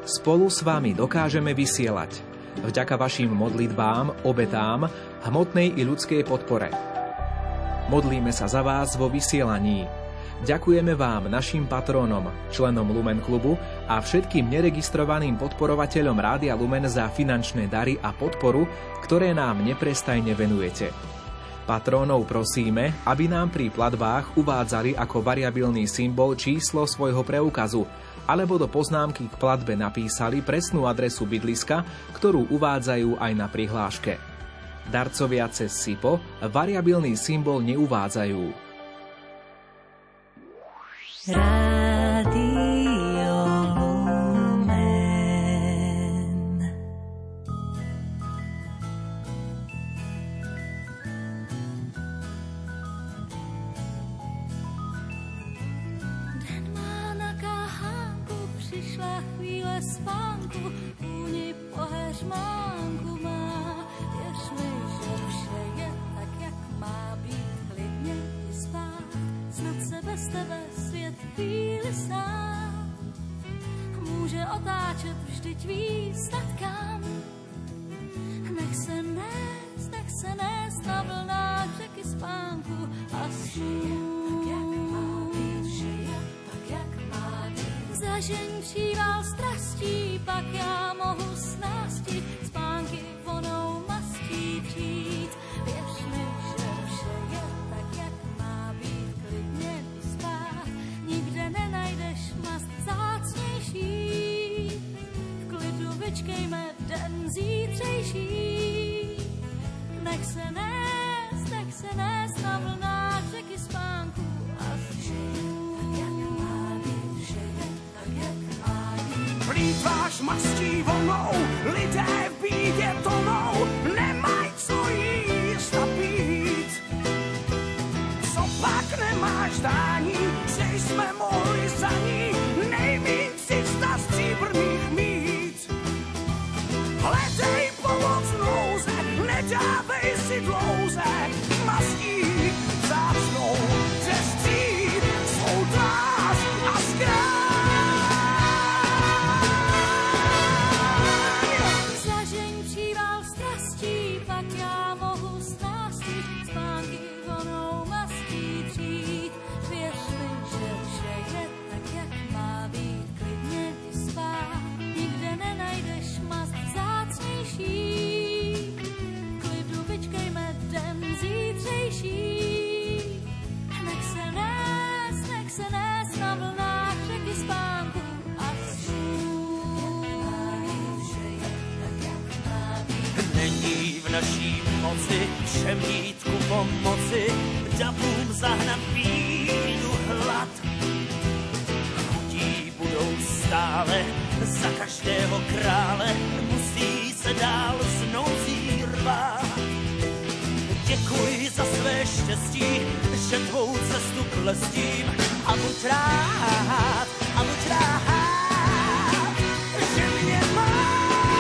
spolu s vami dokážeme vysielať. Vďaka vašim modlitbám, obetám, hmotnej i ľudskej podpore. Modlíme sa za vás vo vysielaní. Ďakujeme vám, našim patrónom, členom Lumen klubu a všetkým neregistrovaným podporovateľom Rádia Lumen za finančné dary a podporu, ktoré nám neprestajne venujete. Patrónov prosíme, aby nám pri platbách uvádzali ako variabilný symbol číslo svojho preukazu, alebo do poznámky k platbe napísali presnú adresu bydliska, ktorú uvádzajú aj na prihláške. Darcovia cez SIPO variabilný symbol neuvádzajú. Rádio Lumen. Den má na káhánku, přišla chvíle spánku, úni po heřmánku má. Věř mi, že vše je tak, jak má být, klidně i spát. Snad se bez tebe svět chvíli sám může otáčet vždyť víc nad kam. Nech se nést, nech se nést na vlnách řeky spánku a snů. Zažeň příval strastí, pak já mohu s nástí spánky vonou mastí přijít. Věř mi, že vše je tak, jak má být, klidně i spát. Nikde nenajdeš mast vzácnější, v klidu vyčkejme den zítřejší. Nech se nést, nech se nést na vlnách řeky spánku a snů. Plýtváš mastí vonou, lidé v bídě tonou, nemaj co jíst a pít. Co pak nemáš dání, že jsme mohli za ní nejmíň třista stříbrných mít. Hledej pomoc nouze, nedávej si dlouze, mastí zácnou přestřít svou tvář a zkrát. Naší moci všem jít ku pomoci, davům zahnat bídu hlad. Chutí budou stále, za každého krále musí se dál s nouzí rvát. Děkuj za své štěstí, že tvou cestu klestím a buď rád, a buď rád, že mě máš.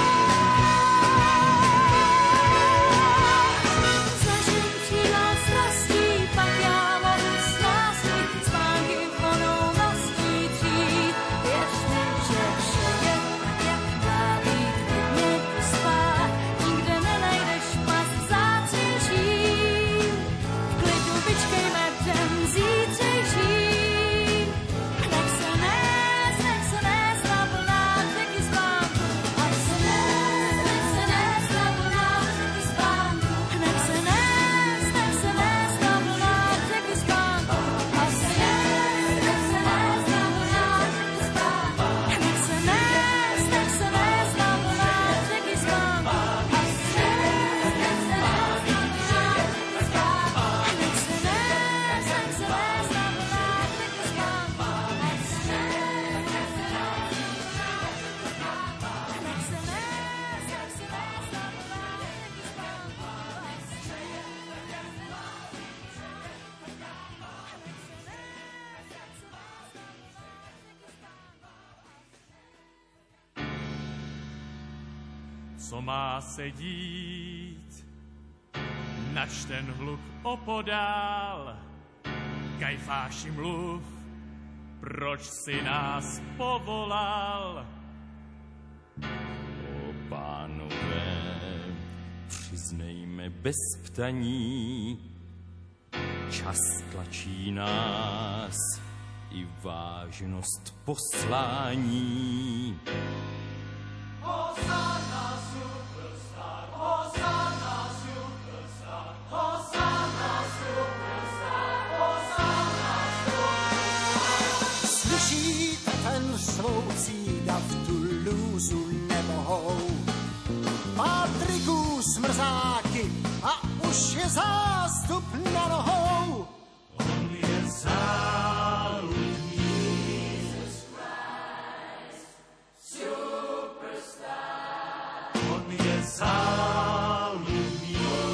Co má se dít? Nač ten hluk opodál, Kajfáši mluv, proč si nás povolal? přiznejme bez ptaní. Čas tlačí nás i vážnost poslání. Hosanna superstar, Hosanna superstar, Hosanna superstar, Hosanna superstar. Slyšíte ten svoucí dav, Toulouseu nemohou. Patriků smrzáky a už je zástup na nohou. On je záludný. Jesus Christ, superstar. On je záludný.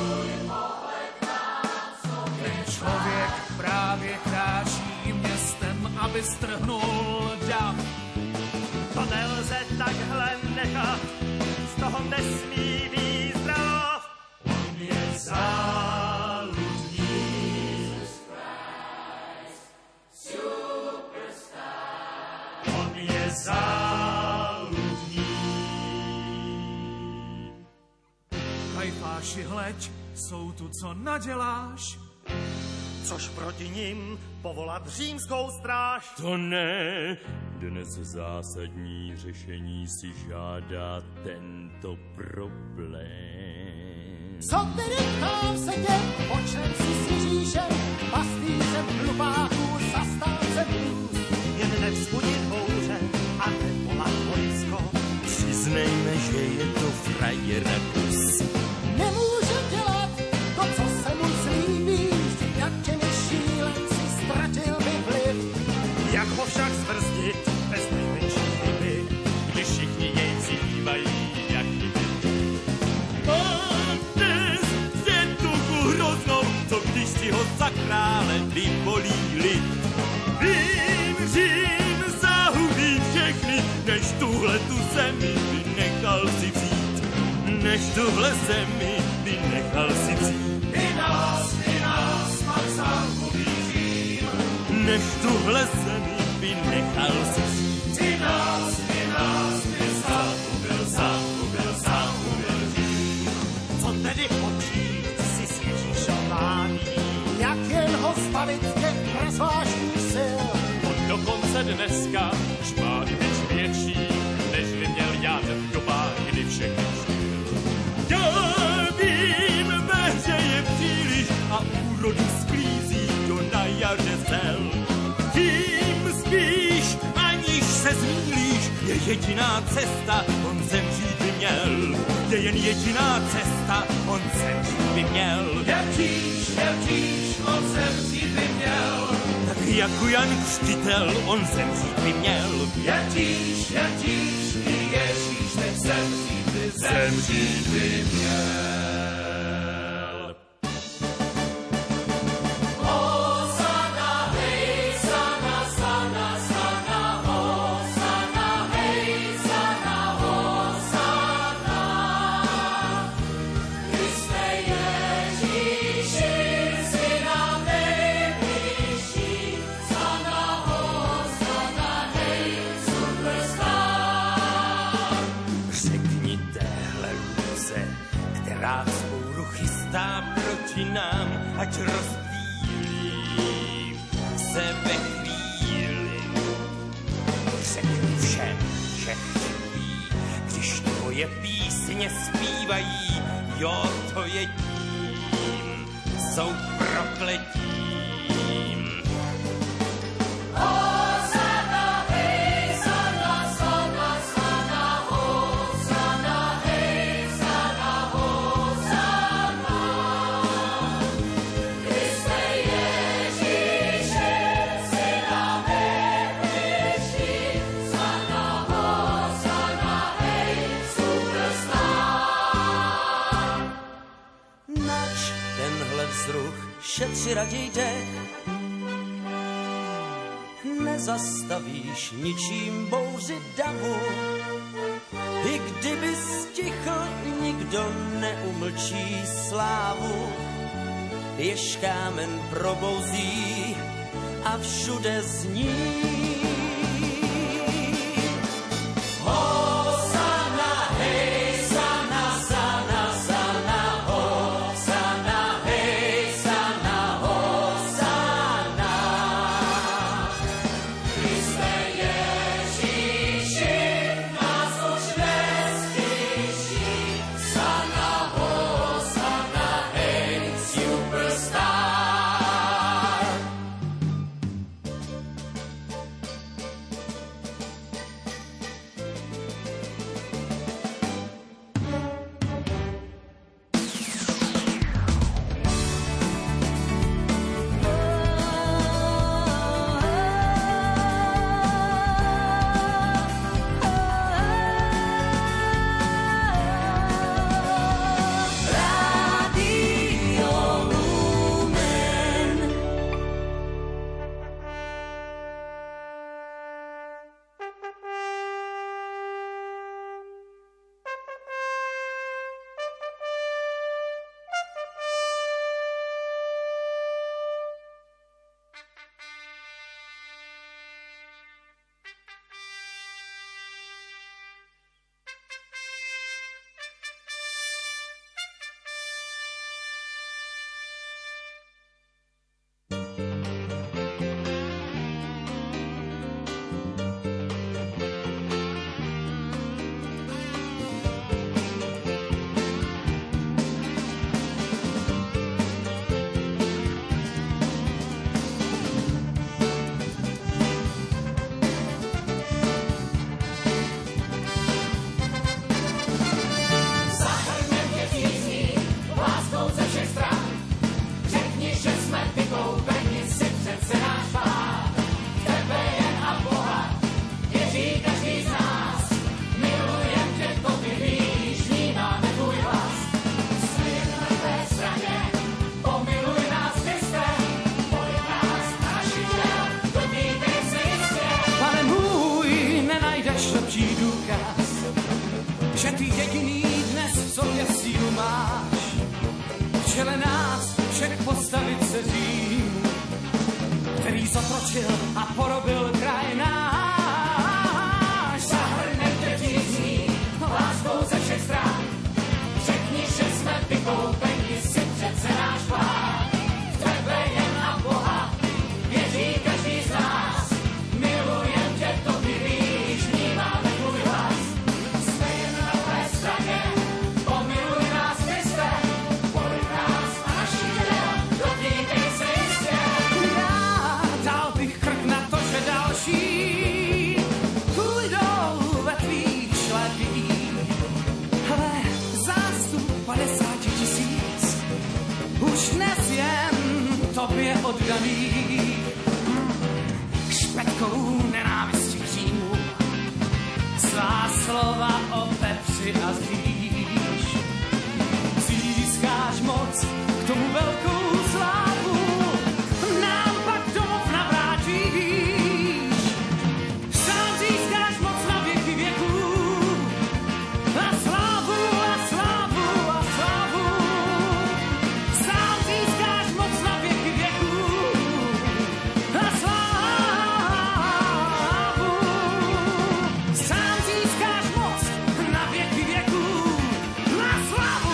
Ten člověk právě kráčí městem, aby strhnul dav. To nelze takhle nechat, z toho nesmí být zdrav. On je záludný. Jesus Christ, superstar. On je záludný. Kajfáši, hleď, jsou tu, co naděláš. Což proti nim povolat římskou stráž. To ne, dnes zásadní řešení si žádá tento problém. Co tedy tam se děl, po čem si s Ježíšem, pastýřem hlupáků, zastáncem blues. Jen nevzbudit bouře a nevolat vojsko. Přiznejme, že je to frajera kus. Nemůže dělat to, co se mu zlíbí, jak těmi šílenci ztratil by vliv. Jak ho však zbrzdit bez nejmenší chyby, když všichni jej přijímají jak chyby. A dnes je tu hroznou, co když si ho za krále vyvolili. Vím, Řím zahubí všechny, než tuhle tu zemi by nechal si vzít. Než tuhle zemi by nechal si vzít. I nás, i nás, pak zahubí Řím. Než tuhle zemi by nechal si vzít. I nás, i nás, by zahubil, zahubil, zahubil Řím. Co tedy počít si s Ježíšování? Jak jen ho zbavit těch prezvážných sil. On dokonce dneska už má byč větší, než by měl Jan v dobách, kdy všechny žil. Já vím, ve hře je příliš a úrodu sklízí do na jaře zel. Tím spíš, aniž se zmýlíš, je jediná cesta, on zemřít by měl. Je jen jediná cesta, on zemřít by měl. Je tíž, je tíž, on zemřít by měl. Tak jako Jan Křtitel, on zemřít by měl. Je tíž, je tíž, i Ježíš teď zemřít by, zemřít by měl. Hosanna, hej, sana, sana, sana, Hosanna, hej, sana, Hosanna. Kriste Ježíši, syna nejbližší, sana, Hosanna, hej, superstar. Řekni téhle luce, která vzpouru chystá proti nám, ať rozptýlí se ve chvíli. Řekni všem, že chybí, když tvoje písně zpívají, jo, to je tím, jsou prokletím. Hosanna, hej, sana, sana, sana, Hosanna, hej, sana, Hosanna. Kriste Ježíši, syna nejbližší, sana, Hosanna, hej, superstar. Nač tenhle vzruch, šetři raději dech. Nezastavíš ničím bouři davu. I kdyby stichl, nikdo neumlčí slávu. Jež kámen probouzí a všude zní. Hosanna, hej, sana, sana, sana, čas, že ty jediný dnes v sobě sílu máš, v čele nás všech postavit se Římu, který zotročil a porobil kraj náš. Zahrnete tízní láskou ze všech strán, řekni, že jsme vykoupeni, si přece náš pán. V tebe jen a Boha věří každý z nás, milujem tě, to ty víš, vnímáme tvůj hlas. Jsme jen na tvé straně, pomiluj nás Kriste, pojď nás a naší děl, dotýkej se jistě. Já dal bych krk na to, že další půjdou ve tvých šlepích, ale zástup padesát tisíc už dnes jen tobě oddaný. Špetkou nenávisti k Římu svá slova o pepři a zříš. Získáš moc k tomu velkou slávu, nám pak domov navrátíš. Sám získáš moc na věky věků a slávu a slávu a slávu. Sám získáš moc na věky věků a slávu. Sám získáš moc na věky věků a slávu.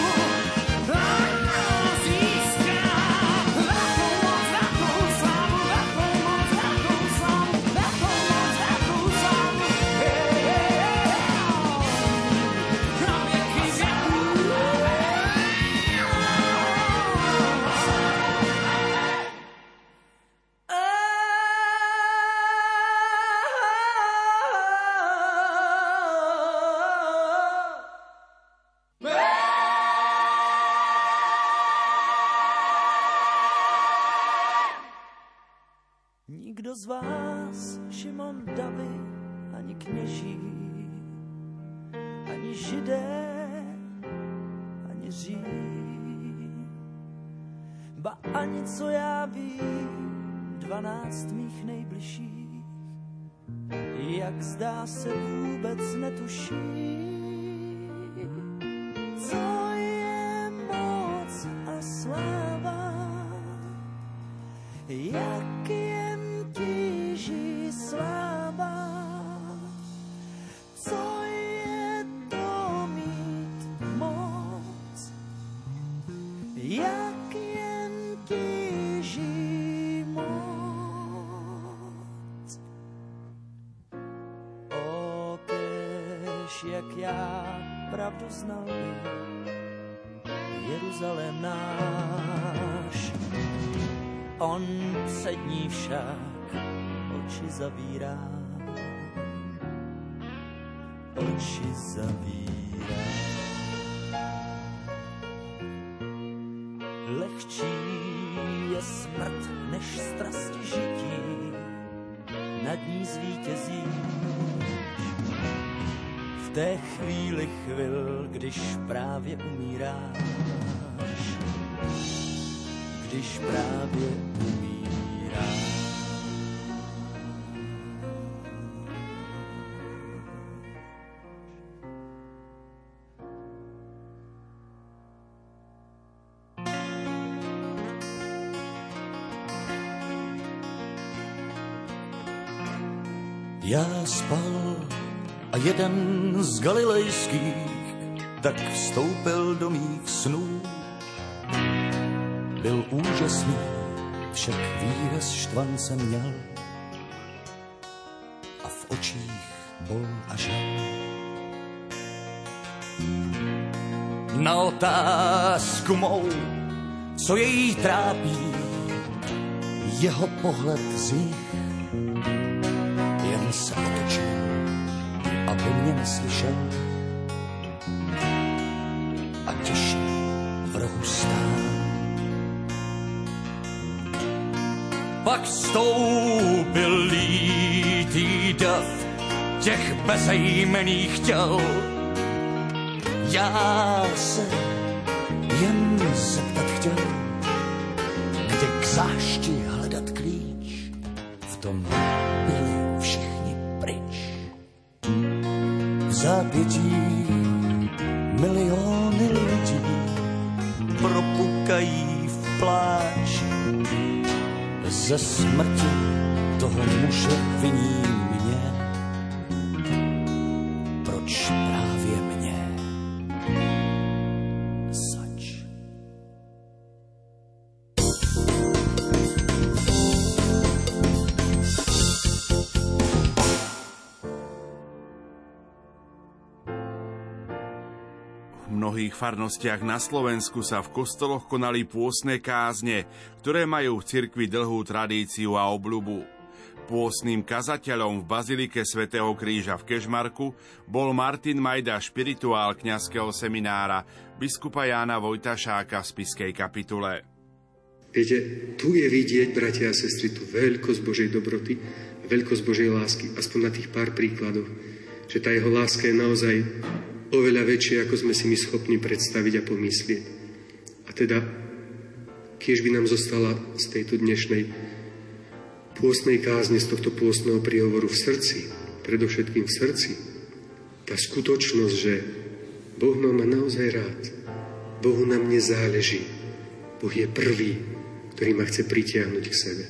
Nikdo z vás, Šimon Davy, ani kněží, ani Židé, ani Řím, ba ani co já vím, dvanáct mých nejbližších, jak zdá se vůbec netuší, co je moc a sláva, jak jen tíží sláva, co je to mít moc, jak jen tíží moc. O, kež jak já pravdu znal by, Jeruzalém náš, on před ní však oči zavírá, oči zavírá. Lehčí je smrt než strasti žití, nad ní zvítězí. V té chvíli chvil, když právě umíráš, když právě umíráš. Já spal a jeden z galilejských tak vstoupil do mých snů. Byl úžasný, však výraz štvance měl a v očích bol a žal. Na otázku mou, co jej trápí, Jeho pohled z nich jen se otočil, aby mě neslyšel a těžší v rohu stál. Pak vstoupil lítý dav těch bezejmenných těl. Já se jen zeptat chtěl, kde k zášti hledat klíč. V tom byli všichni pryč. zápětí miliony lidí propukají v pláči. Ze smrti toho muže viní mě. Proč právě mě? Zač. V mnohých farnostiach na Slovensku sa v kostoloch konali pôstne kázne, ktoré majú v cirkvi dlhú tradíciu a obľubu. Pôstnym kazateľom v bazilike svätého Kríža v Kežmarku bol Martin Majda, špirituál kňazského seminára biskupa Jána Vojtašáka v spišskej kapitule. Viete, tu je vidieť, bratia a sestry, tú veľkosť Božej dobroty, veľkosť Božej lásky, aspoň na tých pár príkladoch, že tá jeho láska je naozaj oveľa väčšie, ako sme si my schopní predstaviť a pomyslieť. A teda, kiež by nám zostala z tejto dnešnej pôstnej kázne, z tohto pôstneho príhovoru v srdci, predovšetkým v srdci, tá skutočnosť, že Boh ma má naozaj rád. Bohu na mne záleží. Boh je prvý, ktorý ma chce pritiahnuť k sebe.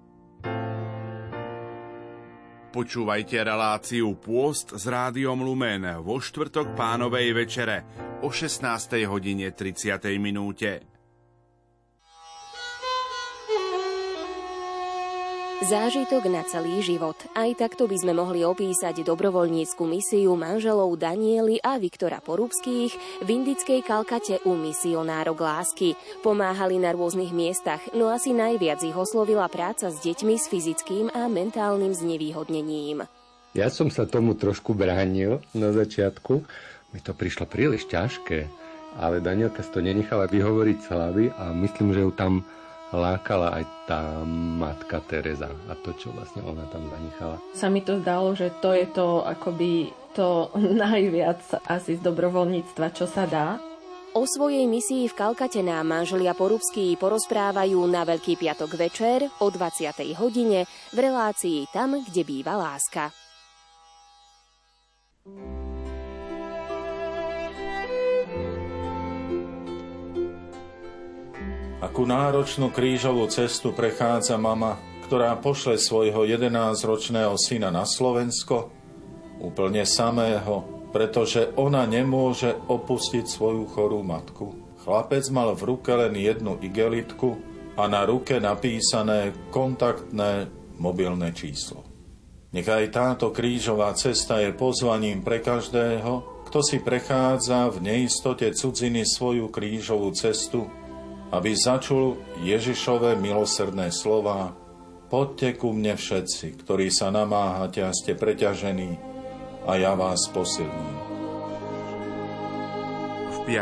Počúvajte reláciu Pôst s Rádiom Lumen vo štvrtok Pánovej večere o šestnástej hodine tridsiatej minúte. Zážitok na celý život. Aj takto by sme mohli opísať dobrovoľnícku misiu manželov Daniely a Viktora Porúbských v indickej Kalkate u misionárok lásky. Pomáhali na rôznych miestach, no asi najviac ich oslovila práca s deťmi s fyzickým a mentálnym znevýhodnením. Ja som sa tomu trošku bránil na začiatku. Mi to prišlo príliš ťažké, ale Danielka si to nenechala vyhovoriť z hlavy a myslím, že ju tam lákala aj tá matka Teresa a to, čo vlastne ona tam zanechala. Sa mi to zdalo, že to je to akoby to najviac asi z dobrovoľníctva, čo sa dá. O svojej misii v Kalkate nám manželia Porúbskí porozprávajú na Veľký piatok večer o dvadsiatej hodine v relácii Tam, kde býva láska. Akú náročnú krížovú cestu prechádza mama, ktorá pošle svojho jedenásťročného syna na Slovensko, úplne samého, pretože ona nemôže opustiť svoju chorú matku. Chlapec mal v ruke len jednu igelitku a na ruke napísané kontaktné mobilné číslo. Nech aj táto krížová cesta je pozvaním pre každého, kto si prechádza v neistote cudziny svoju krížovú cestu, aby začul Ježišove milosrdné slová: Poďte ku mne všetci, ktorí sa namáhate a ste preťažení, a ja vás posilním.